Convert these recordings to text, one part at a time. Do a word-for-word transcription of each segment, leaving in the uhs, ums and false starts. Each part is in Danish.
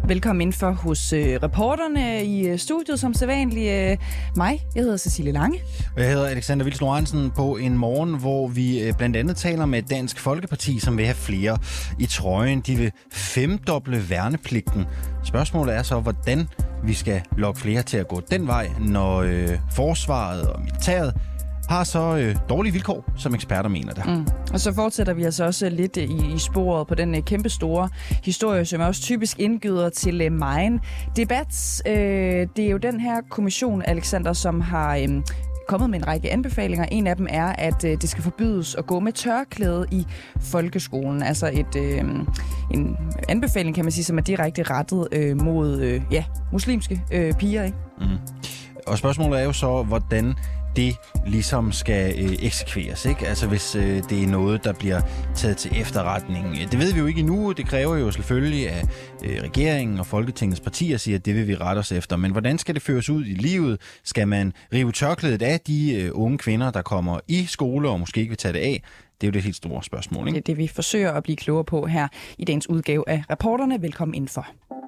Velkommen ind for hos øh, reporterne i øh, studiet, som sædvanligt. Øh, mig, jeg hedder Cecilie Lange. Og jeg hedder Alexander Vils Lorentzen på en morgen, hvor vi øh, blandt andet taler med Dansk Folkeparti, som vil have flere i trøjen. De vil femdoble værnepligten. Spørgsmålet er så, hvordan vi skal lokke flere til at gå den vej, når øh, forsvaret og militæret har så øh, dårlige vilkår, som eksperter mener det. Mm. Og så fortsætter vi altså også lidt i, i sporet på den øh, kæmpe store historie, som også typisk indgyder til øh, megen debat. Øh, det er jo den her kommission, Alexander, som har øh, kommet med en række anbefalinger. En af dem er, at øh, det skal forbydes at gå med tørklæde i folkeskolen. Altså et, øh, en anbefaling, kan man sige, som er direkte rettet øh, mod øh, ja, muslimske øh, piger. Ikke? Mm. Og spørgsmålet er jo så, hvordan det ligesom skal øh, eksekveres, ikke? Altså hvis øh, det er noget, der bliver taget til efterretning. Det ved vi jo ikke endnu. Det kræver jo selvfølgelig, at øh, regeringen og Folketingets partier siger, at det vil vi rette os efter. Men hvordan skal det føres ud i livet? Skal man rive tørklædet af de øh, unge kvinder, der kommer i skole og måske ikke vil tage det af? Det er jo det helt store spørgsmål, ikke? Det er det, vi forsøger at blive klogere på her i dagens udgave af Reporterne. Velkommen indenfor.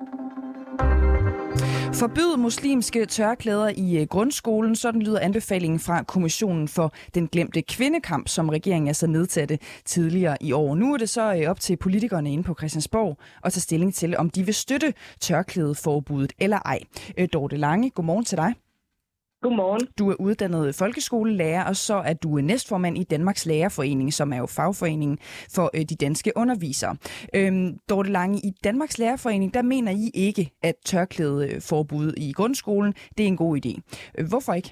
Forbyd muslimske tørklæder i grundskolen, sådan lyder anbefalingen fra Kommissionen for den glemte kvindekamp, som regeringen altså nedsatte tidligere i år. Nu er det så op til politikerne inde på Christiansborg at tage stilling til, om de vil støtte tørklædeforbuddet eller ej. Dorte Lange, godmorgen til dig. Godmorgen. Du er uddannet folkeskolelærer, og så er du næstformand i Danmarks Lærerforening, som er jo fagforeningen for øh, de danske undervisere. Øhm, Dorte Lange, i Danmarks Lærerforening, der mener I ikke, at tørklædeforbud i grundskolen, det er en god idé. Hvorfor ikke?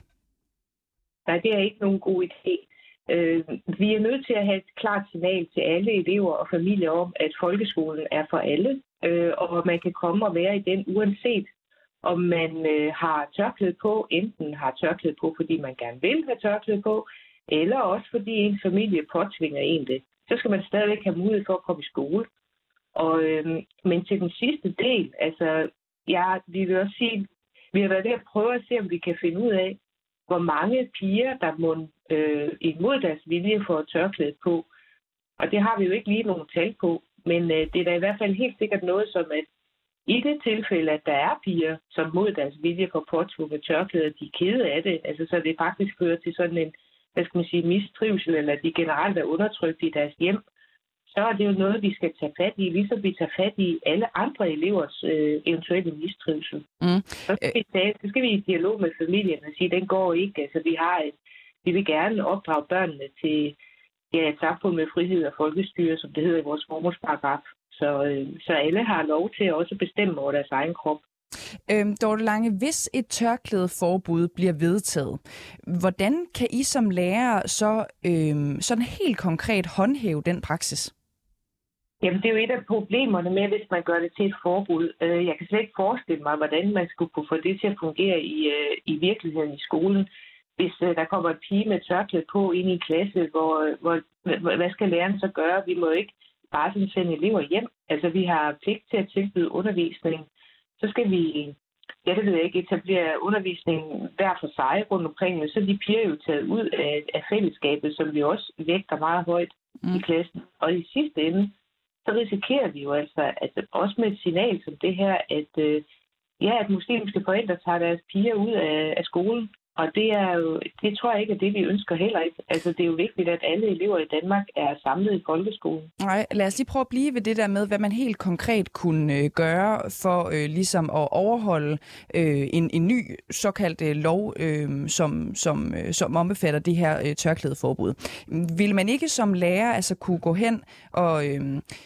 Nej, det er ikke nogen god idé. Øh, vi er nødt til at have et klart signal til alle elever og familier om, at folkeskolen er for alle, øh, og man kan komme og være i den uanset om man øh, har tørklæde på, enten har tørklæde på, fordi man gerne vil have tørklæde på, eller også fordi en familie påtvinger en det. Så skal man stadigvæk have mulighed for at komme i skole. Og, øh, men til den sidste del, altså, ja, vi vil også sige, vi har været ved at prøve at se, om vi kan finde ud af, hvor mange piger, der må øh, imod deres vilje få tørklæde på. Og det har vi jo ikke lige nogen tal på, men øh, det er da i hvert fald helt sikkert noget, som at i det tilfælde, at der er piger, som mod deres vilje får påtvunget tørklæder, de er kede af det, altså så det faktisk fører til sådan en, hvad skal man sige, mistrivsel, eller de generelt er undertrykt i deres hjem, så er det jo noget, vi skal tage fat i, ligesom vi tager fat i alle andre elevers øh, eventuelle mistrivsel. Mm. Så, skal vi tage, så skal vi i dialog med familien og sige, at den går ikke. Altså vi har et, vi vil gerne opdrage børnene til ja, et samfund med frihed og folkestyre, som det hedder i vores formålsparagraf. Så, øh, så alle har lov til at også bestemme over deres egen krop. Øhm, Dorte Lange, hvis et tørklædeforbud bliver vedtaget, hvordan kan I som lærer så øhm, sådan helt konkret håndhæve den praksis? Jamen, det er jo et af problemerne med, hvis man gør det til et forbud. Jeg kan slet ikke forestille mig, hvordan man skulle kunne få det til at fungere i, i virkeligheden i skolen. Hvis der kommer en pige med tørklæde på ind i en klasse, hvor, hvor, hvad skal læreren så gøre? Vi må ikke bare sådan sende elever hjem. Altså, vi har pligt til at tilbyde undervisning. Så skal vi, ja, det ved jeg ikke, etablere undervisning hver for sig rundt omkring, men så er de piger jo taget ud af, af fællesskabet, som vi også vægter meget højt mm. i klassen. Og i sidste ende, så risikerer vi jo altså, at også med et signal som det her, at, øh, ja, at muslimske forældre tager deres piger ud af, af skolen. Og det er jo, det tror jeg ikke er det, vi ønsker heller ikke. Altså, det er jo vigtigt, at alle elever i Danmark er samlet i folkeskolen. Nej, lad os lige prøve at blive ved det der med, hvad man helt konkret kunne øh, gøre for øh, ligesom at overholde øh, en, en ny såkaldt øh, lov, øh, som, som, øh, som ombefatter det her øh, tørklædeforbud. Vil man ikke som lærer altså kunne gå hen og... Øh,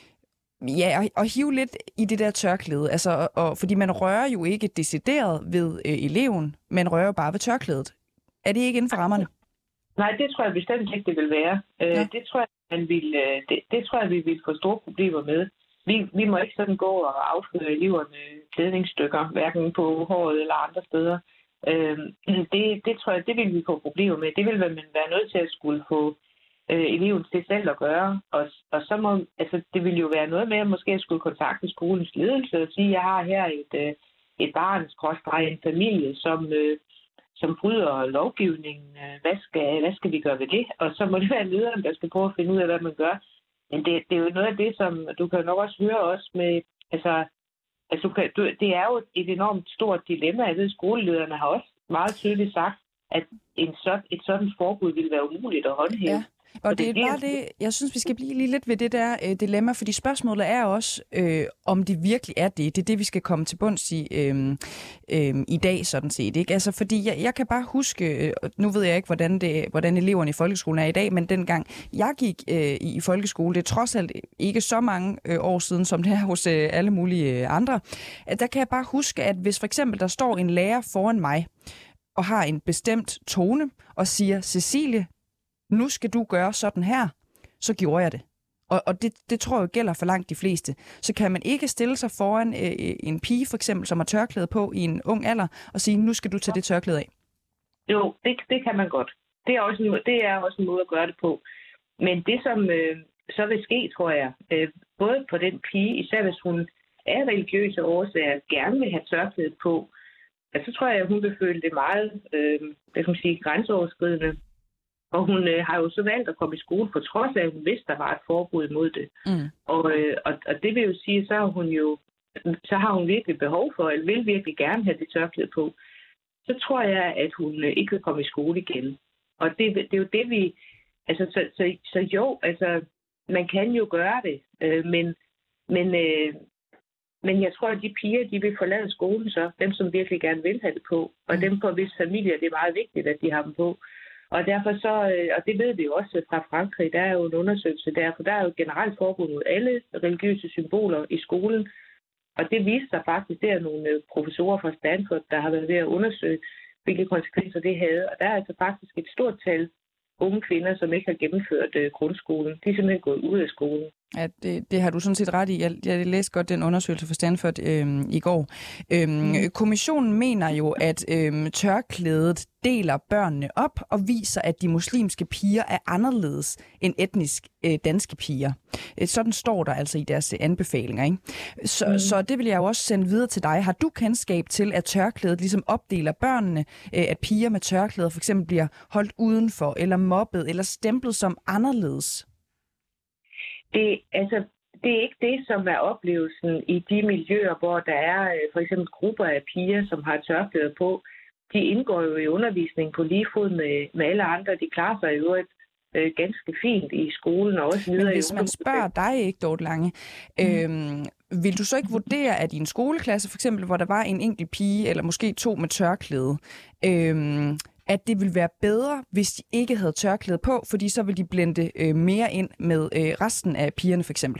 Ja, og, og hive lidt i det der tørklæde, altså, og, fordi man rører jo ikke decideret ved øh, eleven, man rører bare ved tørklædet. Er det ikke inden for rammerne? Nej, det tror jeg bestemt ikke, det vil være. Ja. Det, tror jeg, man vil, det, det tror jeg, vi vil få store problemer med. Vi, vi må ikke sådan gå og afføre eleverne klædningsstykker, hverken på håret eller andre steder. Det, det tror jeg, det vil vi få problemer med. Det vil man være nødt til at skulle få eleven til selv at gøre. Og, og så må, altså, det vil jo være noget med, at måske jeg skulle kontakte skolens ledelse og sige, at jeg har her et, et barn, skråstreg, en familie, som, som bryder lovgivningen. Hvad skal, hvad skal vi gøre ved det? Og så må det være lederen, der skal prøve at finde ud af, hvad man gør. Men det, det er jo noget af det, som du kan nok også høre også med, altså, Altså, det er jo et enormt stort dilemma. Jeg ved, skolelederne har også meget tydeligt sagt, at en så, et sådan forbud ville være umuligt at håndhæve. Ja. Og det er bare det, jeg synes, vi skal blive lige lidt ved det der øh, dilemma, fordi spørgsmålet er også, øh, om det virkelig er det. Det er det, vi skal komme til bunds i øh, øh, i dag, sådan set. Ikke? Altså, fordi jeg, jeg kan bare huske, øh, nu ved jeg ikke, hvordan, det, hvordan eleverne i folkeskolen er i dag, men dengang jeg gik øh, i folkeskole, det er trods alt ikke så mange øh, år siden, som det er hos øh, alle mulige øh, andre, at der kan jeg bare huske, at hvis for eksempel der står en lærer foran mig, og har en bestemt tone, og siger, Cecilie, nu skal du gøre sådan her, så gjorde jeg det. Og, og det, det tror jeg gælder for langt de fleste. Så kan man ikke stille sig foran øh, en pige, for eksempel, som har tørklæde på i en ung alder, og sige, nu skal du tage det tørklæde af. Jo, det, det kan man godt. Det er, også en, det er også en måde at gøre det på. Men det, som øh, så vil ske, tror jeg, øh, både på den pige, især hvis hun af religiøse årsager gerne vil have tørklæde på, så tror jeg, at hun vil føle det meget øh, det kan man sige, grænseoverskridende. Og hun øh, har jo så valgt at komme i skole, på trods af, at hun vidste, der var et forbud mod det. Mm. Og, øh, og, og det vil jo sige, så har hun jo så har hun virkelig behov for, eller vil virkelig gerne have det tørklæde på. Så tror jeg, at hun øh, ikke vil komme i skole igen. Og det, det er jo det, vi... Altså, så, så, så jo, altså, man kan jo gøre det, øh, men, men, øh, men jeg tror, at de piger, de vil forlade skolen så, dem som virkelig gerne vil have det på, og mm. dem for hvis familier, det er meget vigtigt, at de har dem på. Og derfor så, og det ved vi jo også fra Frankrig, der er jo en undersøgelse der, for der er jo generelt forbud mod alle religiøse symboler i skolen. Og det viste sig faktisk, det er nogle professorer fra Stanford, der har været ved at undersøge, hvilke konsekvenser det havde. Og der er altså faktisk et stort tal unge kvinder, som ikke har gennemført øh, grundskolen. De er simpelthen gået ud af skolen. Ja, det, det har du sådan set ret i. Jeg, jeg læste godt den undersøgelse fra Stanford øh, i går. Øhm, mm. Kommissionen mener jo, at øh, tørklædet deler børnene op og viser, at de muslimske piger er anderledes end etnisk øh, danske piger. Sådan står der altså i deres anbefalinger. Ikke? Så, mm. så det vil jeg jo også sende videre til dig. Har du kendskab til, at tørklædet ligesom opdeler børnene, øh, at piger med tørklæder for eksempel bliver holdt udenfor, eller mobbet, eller stemplet som anderledes? Det, altså, det er ikke det, som er oplevelsen i de miljøer, hvor der er for eksempel grupper af piger, som har tørklæder på. De indgår jo i undervisning på lige fod med, med alle andre. De klarer sig jo et, øh, ganske fint i skolen og også videre. Men hvis man spørger dig, ikke, Dorte Lange, mm. øhm, vil du så ikke vurdere, at i en skoleklasse, for eksempel, hvor der var en enkelt pige, eller måske to med tørklæde, øhm, at det ville være bedre, hvis de ikke havde tørklæde på, fordi så ville de blende øh, mere ind med øh, resten af pigerne, for eksempel?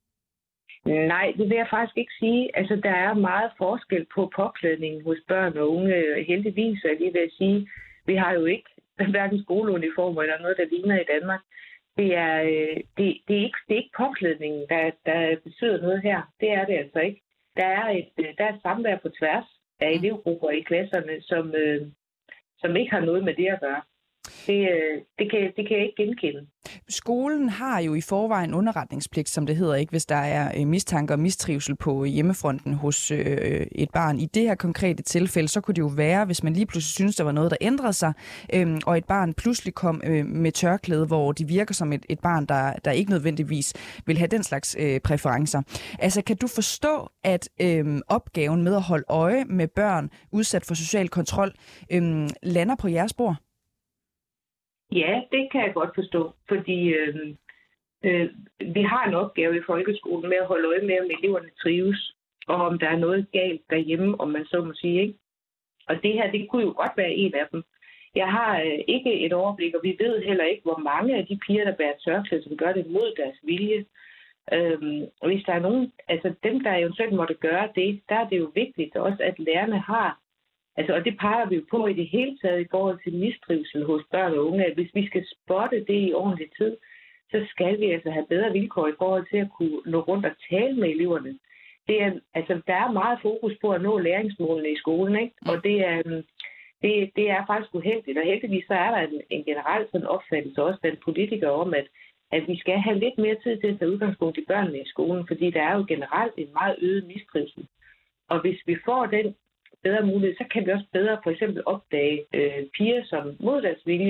Nej, det vil jeg faktisk ikke sige. Altså, der er meget forskel på påklædning hos børn og unge. Heldigvis er lige ved at sige, vi har jo ikke hverken skoleuniformer eller noget, der ligner i Danmark. Det er, det, det er, ikke, det er ikke påklædningen, der, der betyder noget her. Det er det altså ikke. Der er et, der er et samvær på tværs af elevgrupper i klasserne, som... Øh, som ikke har noget med det at gøre. Det, det, kan, det kan jeg ikke genkende. Skolen har jo i forvejen underretningspligt, som det hedder, ikke, hvis der er mistanke og mistrivsel på hjemmefronten hos øh, et barn. I det her konkrete tilfælde, så kunne det jo være, hvis man lige pludselig synes, der var noget, der ændrede sig, øh, og et barn pludselig kom øh, med tørklæde, hvor de virker som et, et barn, der, der ikke nødvendigvis vil have den slags øh, præferencer. Altså, kan du forstå, at øh, opgaven med at holde øje med børn udsat for social kontrol øh, lander på jeres bord? Ja, det kan jeg godt forstå, fordi øh, øh, vi har en opgave i folkeskolen med at holde øje med, om eleverne trives, og om der er noget galt derhjemme, om man så må sige. Ikke? Og det her, det kunne jo godt være en af dem. Jeg har øh, ikke et overblik, og vi ved heller ikke, hvor mange af de piger, der bærer tørklæde, som gør det mod deres vilje. Øh, hvis der er nogen, altså dem, der eventuelt måtte gøre det, der er det jo vigtigt også, at lærerne har. Altså, og det peger vi jo på i det hele taget i forhold til mistrivsel hos børn og unge, at hvis vi skal spotte det i ordentlig tid, så skal vi altså have bedre vilkår i forhold til at kunne nå rundt og tale med eleverne. Det er, altså, der er meget fokus på at nå læringsmålene i skolen, ikke? Og det er, det, det er faktisk uheldigt, og heldigvis så er der en, en generel sådan opfattelse også blandt politikere om, at, at vi skal have lidt mere tid til at tage udgangspunkt i børnene i skolen, fordi der er jo generelt en meget øget mistrivsel. Og hvis vi får den bedre mulighed, så kan vi også bedre for eksempel opdage øh, piger, som mod deres vilje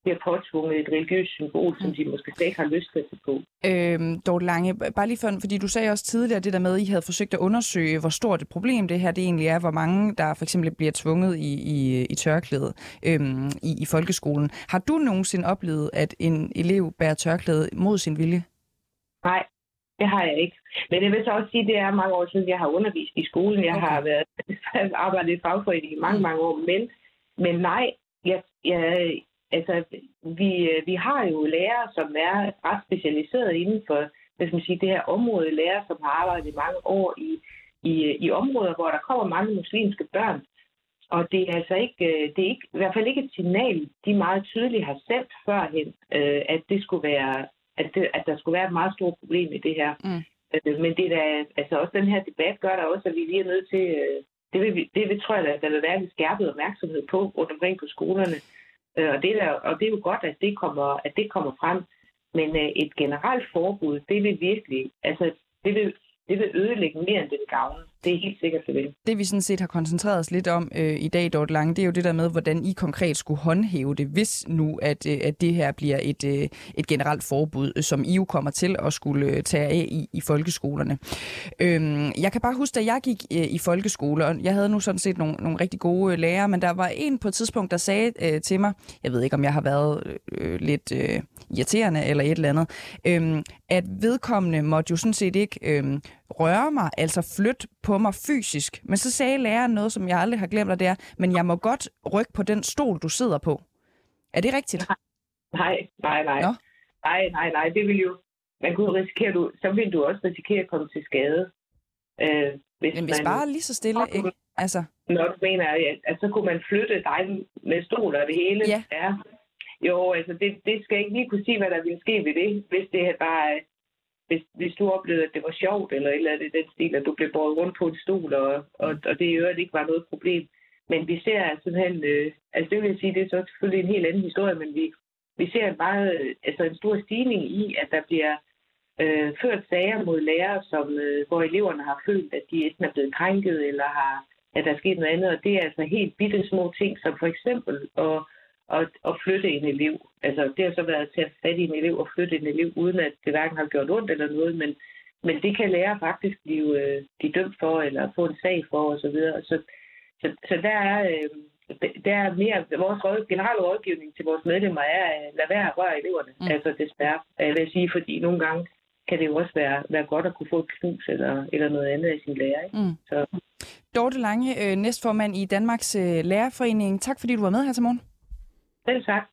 bliver påtvunget et religiøst symbol, som de måske slet ikke har lyst til at se på. Øhm, Dorte Lange, bare lige for, fordi du sagde også tidligere det der med, at I havde forsøgt at undersøge, hvor stort et problem det her det egentlig er, hvor mange der for eksempel bliver tvunget i, i, i tørklæde øhm, i, i folkeskolen. Har du nogensinde oplevet, at en elev bærer tørklæde mod sin vilje? Nej, det har jeg ikke. Men jeg vil så også sige, at det er mange år siden, jeg har undervist i skolen. Jeg okay. har været arbejdet i fagforening i mange, mange år. Men, men nej, jeg, jeg, altså, vi, vi har jo lærere, som er ret specialiseret inden for hvad skal man sige, det her område. Lærere, som har arbejdet i mange år i, i, i områder, hvor der kommer mange muslimske børn. Og det er altså ikke, det er ikke, i hvert fald ikke et signal, de meget tydeligt har sendt førhen, at det skulle være... At, det, at der skulle være et meget stort problem i det her. Mm. Men det der, altså også den her debat gør der også, at vi lige er nødt til, det vil, vi, det vil tror jeg, at der vil være en skærpet opmærksomhed på rundt omkring på skolerne. Og det, der, og det er jo godt, at det kommer, at det kommer frem. Men et generelt forbud, det vil virkelig, altså det vil, det vil ødelægge mere end det vil gavne. Det er helt sikkert, det vil. Det vi sådan set har koncentreret os lidt om øh, i dag, Dorte Lange, det er jo det der med, hvordan I konkret skulle håndhæve det, hvis nu, at, øh, at det her bliver et, øh, et generelt forbud, som I jo kommer til at skulle tage af i, i folkeskolerne. Øhm, jeg kan bare huske, da jeg gik øh, i folkeskole, og jeg havde nu sådan set nogle, nogle rigtig gode lærere, men der var en på et tidspunkt, der sagde øh, til mig, jeg ved ikke, om jeg har været øh, lidt øh, irriterende eller et eller andet, øh, at vedkommende måtte jo sådan set ikke øh, røre mig, altså flytte på mig fysisk. Men så sagde læreren noget, som jeg aldrig har glemt, og det er, men jeg må godt rykke på den stol, du sidder på. Er det rigtigt? Nej, nej, nej. Nå? Nej, nej, nej. Det vil jo... Man kunne risikere, du, så vil du også risikere at komme til skade. Øh, hvis men hvis man, bare lige så stille, du, ikke? Altså... Når du mener, at, at så kunne man flytte dig med stol og det hele. Ja. ja. Jo, altså det, det skal ikke lige kunne sige, hvad der ville ske ved det, hvis det bare... Hvis, hvis du oplevede, at det var sjovt, eller et eller andet i den stil, at du blev båret rundt på en stol, og, og, og det i øvrigt ikke var noget problem. Men vi ser simpelthen, øh, altså det vil jeg sige, det er så selvfølgelig en helt anden historie, men vi, vi ser en, meget, altså en stor stigning i, at der bliver øh, ført sager mod lærere, som, øh, hvor eleverne har følt, at de enten er blevet krænket, eller har, at der er sket noget andet. Og det er altså helt bitte små ting, som for eksempel at Og, og flytte en elev. Altså, det har så været til at fatte en elev og flytte en elev, uden at det hverken har gjort ondt eller noget, men, men det kan lærere faktisk blive, øh, blive dømt for, eller få en sag for, og så videre. Så, så, så der er, øh, der er mere, vores råd, generelle rådgivning til vores medlemmer er, at lade være at røre eleverne. Mm. Altså, desværre. Jeg vil sige, fordi nogle gange kan det jo også være, være godt at kunne få et knus, eller, eller noget andet af sin lærer. Ikke? Mm. Så. Dorte Lange, øh, næstformand i Danmarks øh, Lærerforening. Tak fordi du var med her til morgen. Selv tak.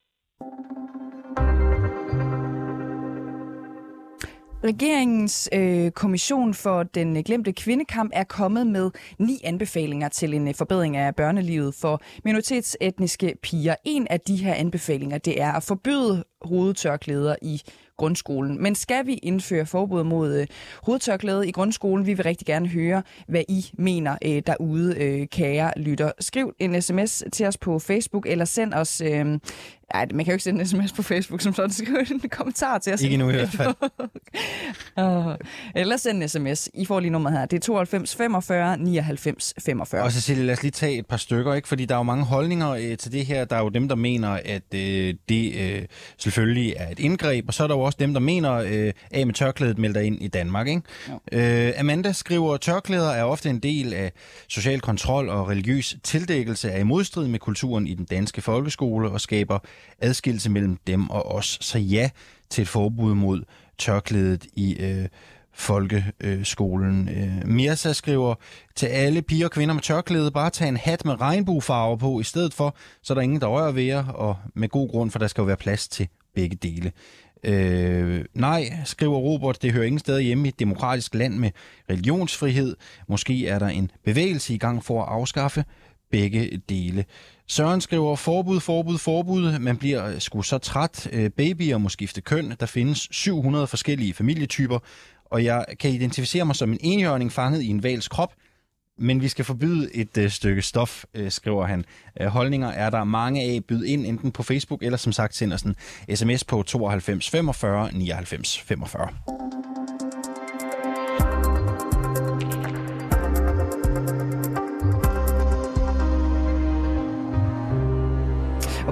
Regeringens øh, kommission for den glemte kvindekamp er kommet med ni anbefalinger til en forbedring af børnelivet for minoritetsetniske piger. En af de her anbefalinger, det er at forbyde hovedtørklæder i grundskolen. Men skal vi indføre forbud mod øh, hovedtørklæde i grundskolen? Vi vil rigtig gerne høre, hvad I mener øh, derude, øh, kære lytter. Skriv en sms til os på Facebook, eller send os... Øh, ej, man kan jo ikke sende en sms på Facebook, som sådan skriver en kommentar til os. Ikke nu i hvert fald. uh, eller send en sms. I får lige nummeret her. Det er tooghalvfems femogfyrre nioghalvfems femogfyrre. Og Cecilie, lad os lige tage et par stykker, ikke? Fordi der er jo mange holdninger øh, til det her. Der er jo dem, der mener, at øh, det øh, selvfølgelig er et indgreb, og så er der jo også dem, der mener, øh, af med tørklædet melder ind i Danmark, ikke? Øh, Amanda skriver, tørklæder er ofte en del af social kontrol og religiøs tildækkelse er i modstrid med kulturen i den danske folkeskole og skaber adskillelse mellem dem og os. Så ja til et forbud mod tørklædet i øh, folkeskolen. Øh, Mirza skriver, til alle piger og kvinder med tørklæde, bare tage en hat med regnbuefarver på i stedet for, så er der ingen, der rører ved jer, og med god grund, for der skal jo være plads til begge dele. Øh, nej, skriver Robert, det hører ingen steder hjemme i et demokratisk land med religionsfrihed. Måske er der en bevægelse i gang for at afskaffe begge dele. Søren skriver, forbud, forbud, forbud. Man bliver sgu så træt. Babyer må skifte køn. Der findes syv hundrede forskellige familietyper, og jeg kan identificere mig som en enhjørning fanget i en hvals krop. Men vi skal forbyde et øh, stykke stof, øh, skriver han. Øh, holdninger er der mange af. Byd ind enten på Facebook, eller som sagt sender sådan en sms på tooghalvfems femogfyrre nioghalvfems femogfyrre.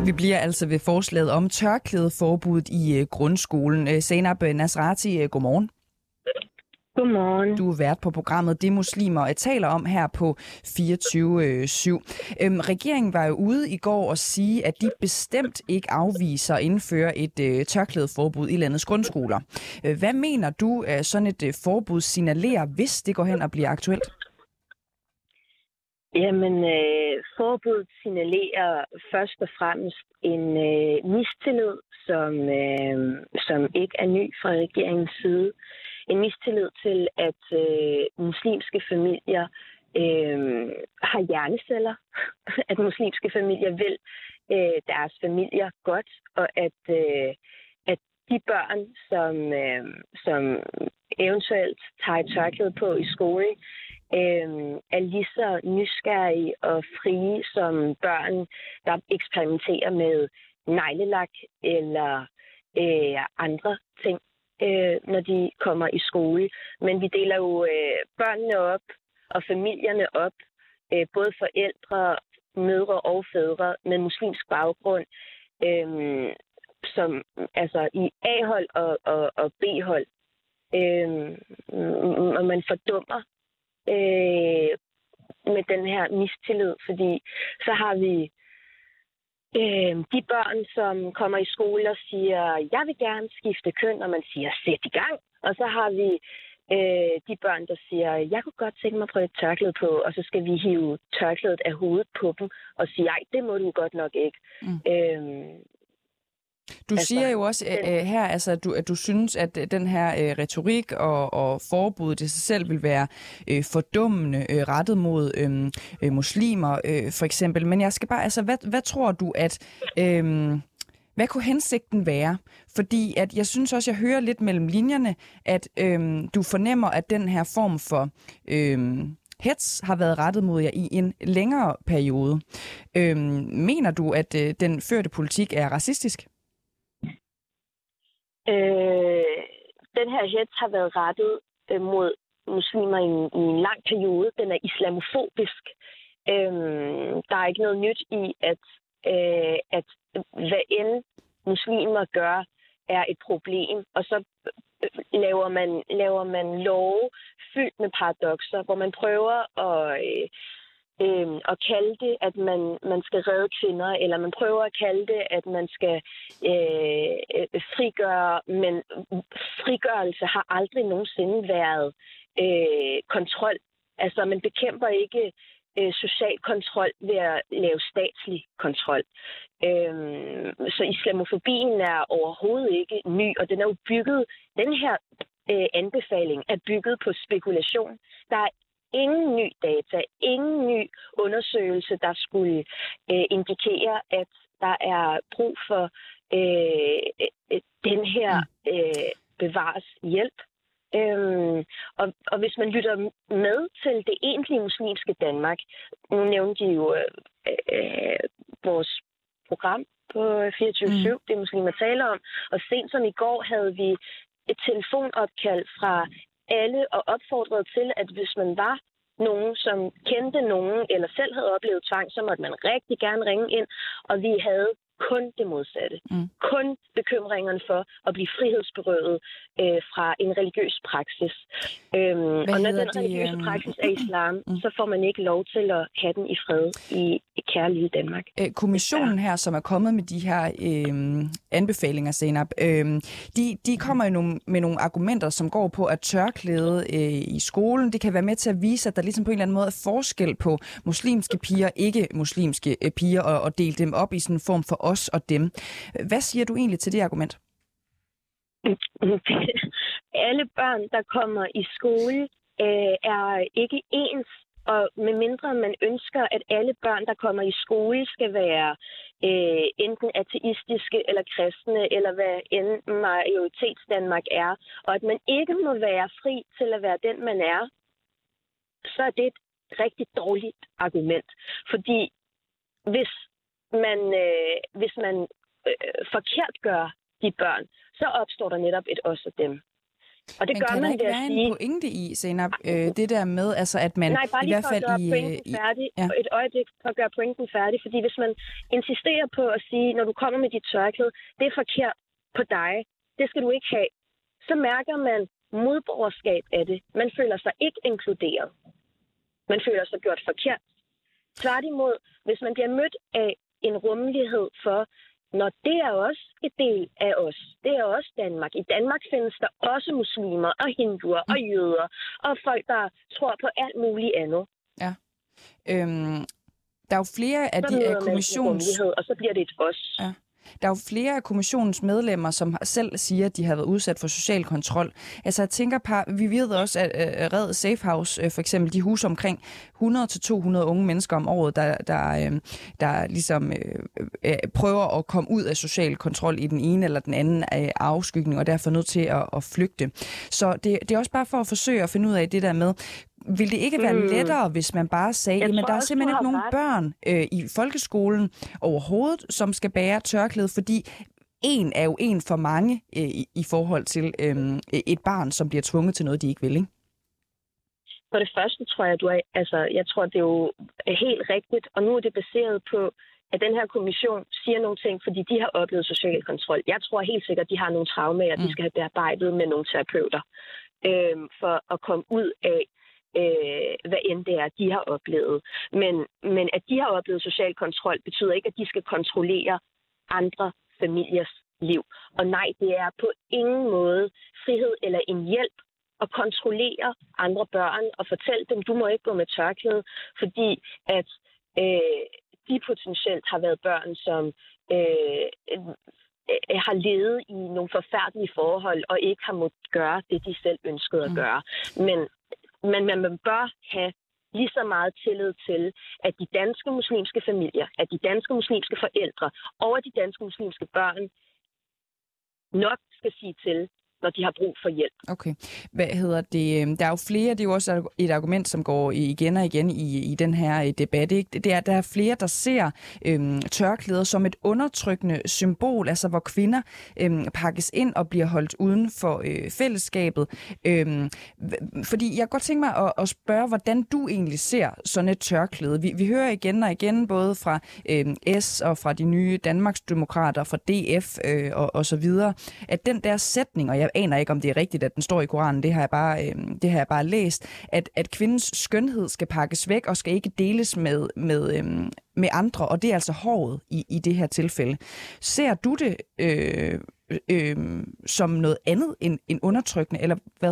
Vi bliver altså ved forslaget om tørklædeforbuddet i grundskolen. Zainab Nasrati, godmorgen. Godmorgen. Du er vært på programmet Det Muslimer og taler om her på fireogtyve syv. Øhm, regeringen var jo ude i går og sige, at de bestemt ikke afviser at indføre et øh, tørklædeforbud i landets grundskoler. Hvad mener du, at sådan et øh, forbud signalerer, hvis det går hen og bliver aktuelt? Jamen, øh, forbuddet signalerer først og fremmest en øh, mistillid, som, øh, som ikke er ny fra regeringens side. En mistillid til, at øh, muslimske familier øh, har hjerneceller, at muslimske familier vil øh, deres familier godt, og at, øh, at de børn, som, øh, som eventuelt tager et tørklæde på i skolen, øh, er lige så nysgerrige og frie som børn, der eksperimenterer med neglelak eller øh, andre ting, når de kommer i skole. Men vi deler jo øh, børnene op og familierne op, øh, både forældre, mødre og fædre med muslimsk baggrund, øh, som altså i A-hold og, og, og B-hold. Øh, og man fordummer øh, med den her mistillid, fordi så har vi Øh, de børn, som kommer i skole og siger, jeg vil gerne skifte køn, og man siger, sæt i gang. Og så har vi øh, de børn, der siger, jeg kunne godt tænke mig at prøve et tørklæde på, og så skal vi hive tørklædet af hovedet på dem og sige, ej, det må du godt nok ikke. Mm. Øh, Du altså, siger jo også øh, her, altså, at, du, at du synes, at den her øh, retorik og, og forbuddet i sig selv vil være øh, fordummende øh, rettet mod øh, øh, muslimer, øh, for eksempel. Men jeg skal bare, altså, hvad, hvad tror du, at øh, hvad kunne hensigten være? Fordi at jeg synes også, jeg hører lidt mellem linjerne, at øh, du fornemmer, at den her form for øh, hets har været rettet mod jer i en længere periode. Øh, mener du, at øh, den førte politik er racistisk? Øh, den her hets har været rettet øh, mod muslimer i en, i en lang periode. Den er islamofobisk. Øh, der er ikke noget nyt i, at, øh, at hvad end muslimer gør, er et problem. Og så laver man, laver man love fyldt med paradokser, hvor man prøver at... Øh, Øh, og kalde det, at man, man skal redde kvinder, eller man prøver at kalde det, at man skal øh, frigøre, men frigørelse har aldrig nogensinde været øh, kontrol. Altså, man bekæmper ikke øh, social kontrol ved at lave statslig kontrol. Øh, så islamofobien er overhovedet ikke ny, og den er jo bygget, den her øh, anbefaling er bygget på spekulation. Der er ingen ny data, ingen ny undersøgelse, der skulle øh, indikere, at der er brug for øh, øh, den her øh, bevares hjælp. Øhm, og, og hvis man lytter med til det egentlige muslimske Danmark, nu nævnte de jo øh, øh, vores program på fireogtyve syv, mm. det muslimer taler om, og sent som i går havde vi et telefonopkald fra alle og opfordrede til, at hvis man var nogen, som kendte nogen, eller selv havde oplevet tvang, så måtte man rigtig gerne ringe ind, og vi havde kun det modsatte. Mm. Kun bekymringerne for at blive frihedsberøvet øh, fra en religiøs praksis. Øhm, og når den religiøse de, praksis er islam, mm. så får man ikke lov til at have den i fred i kære lille Danmark. Æ, kommissionen her, som er kommet med de her øh, anbefalinger, Zainab, øh, de, de kommer jo nogle, med nogle argumenter, som går på, at tørklæde øh, i skolen, det kan være med til at vise, at der ligesom på en eller anden måde er forskel på muslimske piger, ikke-muslimske øh, piger, og, og dele dem op i sådan en form for os og dem. Hvad siger du egentlig til det argument? Alle børn, der kommer i skole, øh, er ikke ens, og medmindre man ønsker, at alle børn, der kommer i skole, skal være øh, enten ateistiske eller kristne, eller hvad end majoritetsdanmark er, og at man ikke må være fri til at være den, man er, så er det et rigtig dårligt argument. Fordi hvis man, øh, hvis man øh, forkert gør de børn, så opstår der netop et os og dem. Og det Men gør kan man der ikke ved være at sige... en pointe i, Zeynep, øh, det der med, altså, at man Nej, bare i lige hvert fald for at gøre i... pointen i færdig. ja. Et øjeblik for at gøre pointen færdig. Fordi hvis man insisterer på at sige, når du kommer med dit tørklæde, det er forkert på dig, det skal du ikke have, så mærker man modborgerskab af det. Man føler sig ikke inkluderet. Man føler sig gjort forkert. Tværtimod, hvis man bliver mødt af en rummelighed for, når det er også en del af os. Det er også Danmark. I Danmark findes der også muslimer og hinduer og jøder og folk, der tror på alt muligt andet. Ja. Øhm, der er jo flere af så de af kommissions... og så bliver det et os. Ja. Der er jo flere af kommissionens medlemmer, som selv siger, at de har været udsat for social kontrol. Altså jeg tænker på, vi ved også, at Red Safehouse for eksempel, de huser omkring hundrede til to hundrede unge mennesker om året, der, der, der ligesom øh, prøver at komme ud af social kontrol i den ene eller den anden afskygning, og derfor er nødt til at, at flygte. Så det, det er også bare for at forsøge at finde ud af det der med, vil det ikke være lettere, hvis man bare sagde, at der er simpelthen ikke nogen børn øh, i folkeskolen overhovedet, som skal bære tørklæde, fordi en er jo en for mange øh, i, i forhold til øh, et barn, som bliver tvunget til noget, de ikke vil, ikke? For det første tror jeg, du er, altså, jeg tror, det er jo helt rigtigt, og nu er det baseret på, at den her kommission siger nogle ting, fordi de har oplevet social kontrol. Jeg tror helt sikkert, at de har nogle traumer, mm. de skal have bearbejdet med nogle terapeuter, øh, for at komme ud af, Øh, hvad end det er, de har oplevet. Men, men at de har oplevet social kontrol, betyder ikke, at de skal kontrollere andre familiers liv. Og nej, det er på ingen måde frihed eller en hjælp at kontrollere andre børn og fortælle dem, du må ikke gå med tørklæde, fordi at øh, de potentielt har været børn, som øh, øh, har levet i nogle forfærdelige forhold og ikke har måttet gøre det, de selv ønskede at gøre. Men Men man bør have lige så meget tillid til, at de danske muslimske familier, at de danske muslimske forældre og de danske muslimske børn nok skal sige til, når de har brug for hjælp. Okay. Hvad hedder det? Der er jo flere, det er jo også et argument, som går igen og igen i, i den her debat, ikke? Det er, der er flere, der ser øhm, tørklæder som et undertrykkende symbol, altså hvor kvinder øhm, pakkes ind og bliver holdt uden for øh, fællesskabet. Øhm, fordi jeg kan godt tænke mig at, at spørge, hvordan du egentlig ser sådan et tørklæde. Vi, vi hører igen og igen, både fra øhm, S og fra de nye Danmarksdemokrater, fra D F øh, og, og så videre, at den der sætning, og jeg Jeg aner ikke, om det er rigtigt, at den står i Koranen. Det har jeg bare, øh, det har jeg bare læst. At, at kvindens skønhed skal pakkes væk og skal ikke deles med, med, øh, med andre. Og det er altså håret i, i det her tilfælde. Ser du det øh, øh, som noget andet end, end undertrykkende, eller hvad?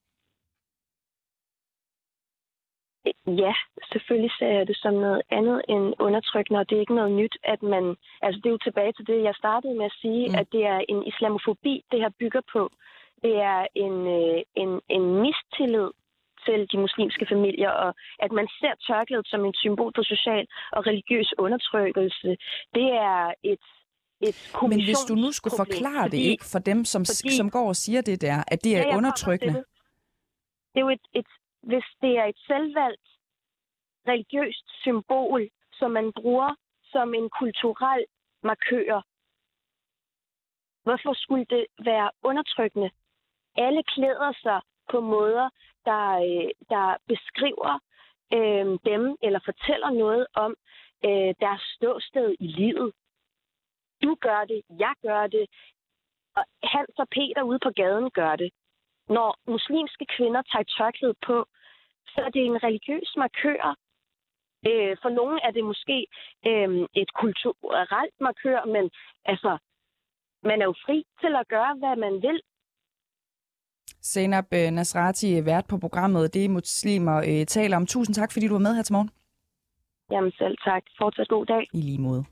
Ja, selvfølgelig ser jeg det som noget andet end undertrykkende, og det er ikke noget nyt, at man... Altså, det er jo tilbage til det, jeg startede med at sige, mm. at det er en islamofobi, det her bygger på. Det er en, en, en mistillid til de muslimske familier, og at man ser tørklædet som et symbol på social og religiøs undertrykkelse. Det er et... Men hvis du nu skulle forklare fordi, det ikke for dem, som, fordi, som går og siger det der, at det er ja, undertrykkende... Det. det er jo et... et Hvis det er et selvvalgt religiøst symbol, som man bruger som en kulturel markør, hvorfor skulle det være undertrykkende? Alle klæder sig på måder, der, der beskriver øh, dem eller fortæller noget om øh, deres ståsted i livet. Du gør det, jeg gør det, og Hans og Peter ude på gaden gør det. Når muslimske kvinder tager tørklæde på, så er det en religiøs markør. Øh, for nogle er det måske øh, et kulturelt markør, men altså, man er jo fri til at gøre, hvad man vil. Zeynep Nasrati, vært på programmet Det Muslimer øh, taler om. Tusind tak, fordi du var med her til morgen. Jamen selv tak. Fortsat god dag. I lige måde.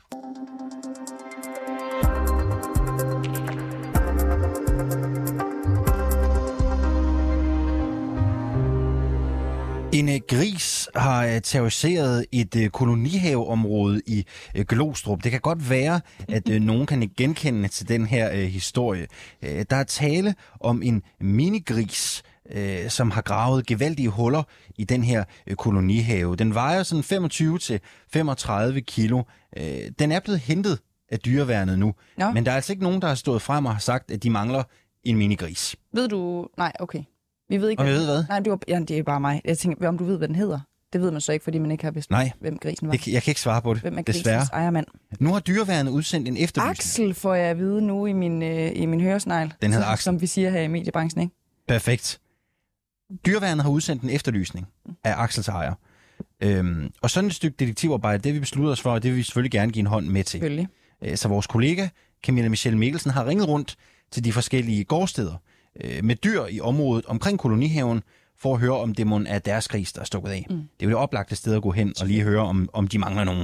En gris har terroriseret et kolonihaveområde i Glostrup. Det kan godt være, at nogen kan genkende til den her historie. Der er tale om en minigris, som har gravet gevaldige huller i den her kolonihave. Den vejer sådan femogtyve til femogtredive kilo. Den er blevet hentet af dyreværnet nu, ja. Men der er altså ikke nogen, der har stået frem og har sagt, at de mangler en minigris. Ved du... Nej, okay. Vi ved ikke... Og jeg ved hvad? Nej, det, var... ja, det er bare mig. Jeg tænker, om du ved, hvad den hedder. Det ved man så ikke, fordi man ikke har bestemt, Nej, hvem grisen var. Det, jeg kan ikke svare på det, hvem er desværre. Grisens ejermand? Nu har dyreværnet udsendt en efterlysning. Axel får jeg at vide nu i min, øh, i min høresnegl. Den hedder som, Axel. Som vi siger her i mediebranchen, ikke? Perfekt. Dyreværnet har udsendt en efterlysning af Axels ejer. Øhm, og sådan et stykke detektivarbejde, det vi beslutter os for, og det vil vi selvfølgelig gerne give en hånd med til. Selvfølgelig. Øh, så vores kollega, Camilla Michelle Mikkelsen, har ringet rundt til de forskellige gårdsteder øh, med dyr i området omkring kolonihaven, for at høre, om det må er deres gris, der er stukket af. Mm. Det er jo det oplagte sted at gå hen og lige høre, om, om de mangler nogen.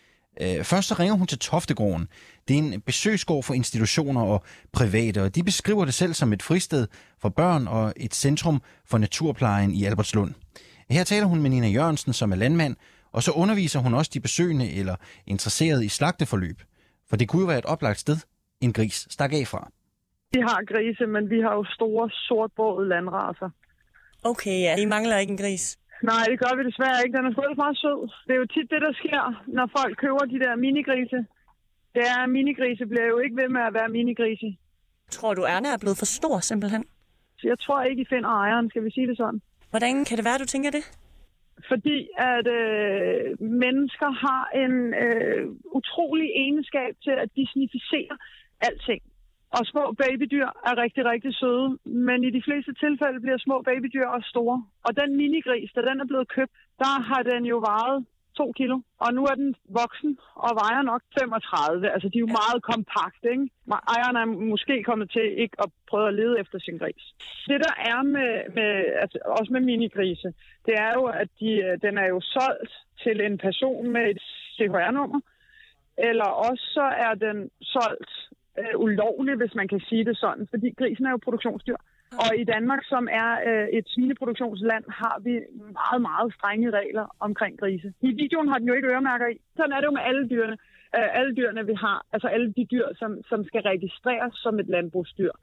Øh, først så ringer hun til Toftegården. Det er en besøgsgård for institutioner og private, og de beskriver det selv som et fristed for børn og et centrum for naturplejen i Albertslund. Her taler hun med Nina Jørgensen, som er landmand, og så underviser hun også de besøgende eller interesserede i slagteforløb. For det kunne jo være et oplagt sted, en gris stak af fra. Vi har grise, men vi har jo store sortbrogede landracer. Okay, ja. I mangler ikke en gris. Nej, det gør vi desværre ikke. Den er sgu ellers meget sød. Det er jo tit det, der sker, når folk køber de der minigrise. Det er, minigrise bliver jo ikke ved med at være minigrise. Tror du, Erna er blevet for stor, simpelthen? Så jeg tror ikke, I finder ejeren, skal vi sige det sådan. Hvordan kan det være, du tænker det? Fordi at øh, mennesker har en øh, utrolig egenskab til at disnificere alting. Og små babydyr er rigtig, rigtig søde, men i de fleste tilfælde bliver små babydyr også store. Og den minigris, da den er blevet købt, der har den jo vejet to kilo. Og nu er den voksen og vejer nok femogtredive. Altså, de er jo meget kompakte, ikke? Ejeren er måske kommet til ikke at prøve at lede efter sin gris. Det, der er med, med altså, også med minigrise, det er jo, at de, den er jo solgt til en person med et C H R-nummer. Eller også så er den solgt øh, ulovligt, hvis man kan sige det sådan, fordi grisen er jo produktionsdyr. Og i Danmark, som er øh, et svineproduktionsland, har vi meget, meget strenge regler omkring grise. I videoen har den jo ikke øremærker i. Sådan er det jo med alle dyrene. Øh, alle dyrene, vi har, altså alle de dyr, som, som skal registreres som et landbrugsdyr.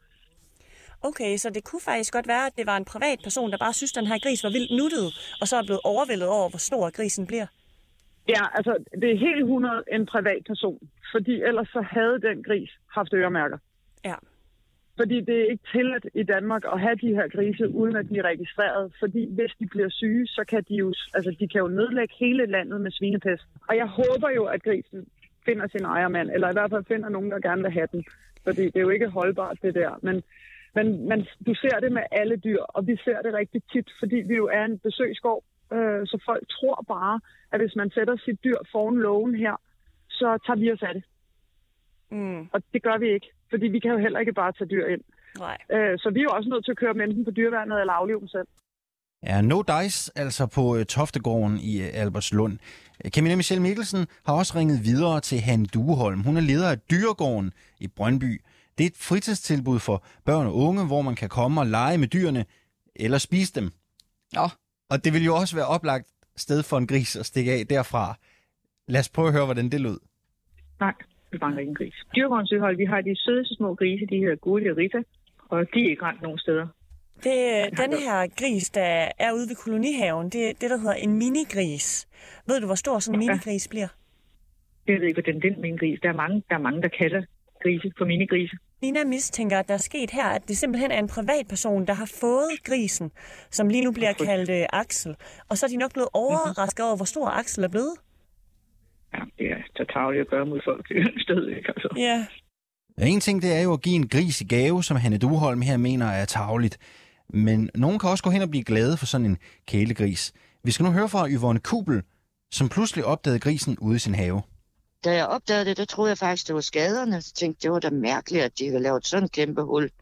Okay, så det kunne faktisk godt være, at det var en privat person, der bare synes, at den her gris var vildt nuttet, og så er blevet overvældet over, hvor stor grisen bliver. Ja, altså det er helt hundrede en privat person, fordi ellers så havde den gris haft øremærker. Ja. Fordi det er ikke tilladt i Danmark at have de her grise, uden at de er registreret. Fordi hvis de bliver syge, så kan de jo, altså, de kan jo nedlægge hele landet med svinepest. Og jeg håber jo, at grisen finder sin ejermand, eller i hvert fald finder nogen, der gerne vil have den. Fordi det er jo ikke holdbart, det der. Men, men, men du ser det med alle dyr, og vi ser det rigtig tit, fordi vi jo er en besøgsgård. Øh, så folk tror bare, at hvis man sætter sit dyr foran lågen her, så tager vi os af det. Mm. Og det gør vi ikke, fordi vi kan jo heller ikke bare tage dyr ind. Nej. Øh, så vi er jo også nødt til at køre dem enten på dyreværnet eller aflive dem selv. Ja, no dice, altså på uh, Toftegården i uh, Albertslund. Camilla Michelle Mikkelsen har også ringet videre til Hanne Dueholm. Hun er leder af Dyregården i Brøndby. Det er et fritidstilbud for børn og unge, hvor man kan komme og lege med dyrene eller spise dem. Ja. Og det vil jo også være oplagt sted for en gris at stikke af derfra. Lad os prøve at høre, hvordan det lød. Nej, vi mangler ikke en gris. Dyregårdens Øhold, vi har de sødeste små grise, de hedder Gurli og Rita, og de er ikke rent nogen steder. Det, denne her gris, der er ude ved kolonihaven, det er det, der hedder en minigris. Ved du, hvor stor sådan en minigris bliver? Jeg ved ikke, hvordan den minigris. Der er mange, der er mange, der kalder grise for minigrise. Nina mistænker, at der er sket her, at det simpelthen er en privatperson, der har fået grisen, som lige nu bliver kaldt uh, Axel. Og så er de nok blevet overrasket over, hvor stor Axel er blevet. Ja, det er så tarveligt at gøre mod folk til sted, ikke? Altså. Ja. Ja, en ting, det er jo at give en gris i gave, som Hanne Dueholm her mener er tarveligt. Men nogen kan også gå hen og blive glade for sådan en kælegris. Vi skal nu høre fra Yvonne Kubel, som pludselig opdagede grisen ude i sin have. Da jeg opdagede det, der troede jeg faktisk, det var skaderne. Så tænkte, det var da mærkeligt, at de havde lavet sådan et kæmpe hul.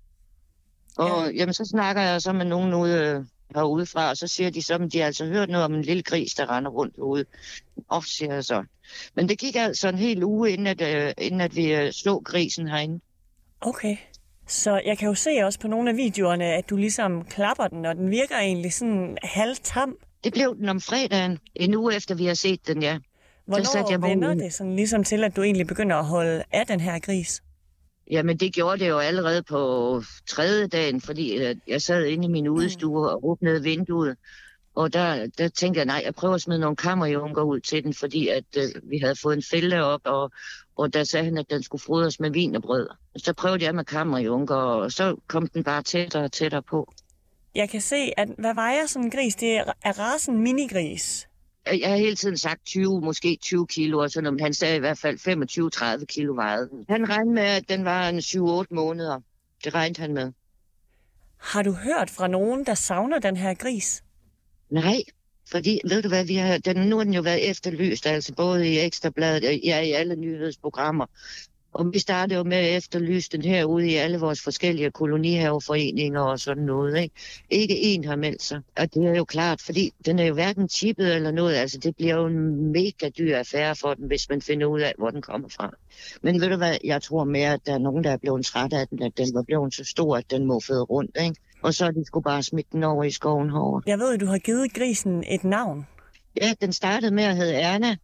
Og ja. Jamen, så snakker jeg så med nogen ude herudefra, og så siger de så, at de har altså hørt noget om en lille gris, der render rundt ude. Og siger jeg så. Men det gik altså en hel uge, inden at, uh, inden at vi uh, så grisen herinde. Okay. Så jeg kan jo se også på nogle af videoerne, at du ligesom klapper den, og den virker egentlig sådan halvtam. Det blev den om fredagen, en uge efter vi har set den, ja. Hvornår jeg vender det sådan ligesom til, at du egentlig begynder at holde af den her gris? Jamen, det gjorde det jo allerede på tredje dagen, fordi jeg sad inde i min udestue og åbnede vinduet. Og der, der tænkte jeg, nej, jeg prøver at smide nogle kammerjunker ud til den, fordi at øh, vi havde fået en fælde op, og, og der sagde han, at den skulle fodres med wienerbrød. Så prøvede jeg med kammerjunker, og så kom den bare tættere og tættere på. Jeg kan se, at hvad vejer sådan en gris? Det er, er racen minigris. Jeg har hele tiden sagt tyve, måske tyve kilo, og sådan, men han sagde i hvert fald femogtyve til tredive kilo vejede. Han regnede med, at den var en syv otte måneder. Det regnede han med. Har du hørt fra nogen, der savner den her gris? Nej, fordi, ved du hvad, vi har, den, nu har den jo været efterlyst, altså både i Ekstrabladet og ja, i alle nyhedsprogrammer. Og vi startede jo med at efterlyse den herude i alle vores forskellige kolonihaveforeninger og sådan noget, ikke? Ikke en har meldt sig. Og det er jo klart, fordi den er jo hverken chippet eller noget. Altså, det bliver jo en mega dyr affære for den, hvis man finder ud af, hvor den kommer fra. Men ved du hvad, jeg tror mere, at der er nogen, der er blevet træt af den, at den var blevet så stor, at den må føde rundt, ikke? Og så de skulle bare smide den over i skoven herovre. Jeg ved, at du har givet grisen et navn. Ja, den startede med at hedde Erna.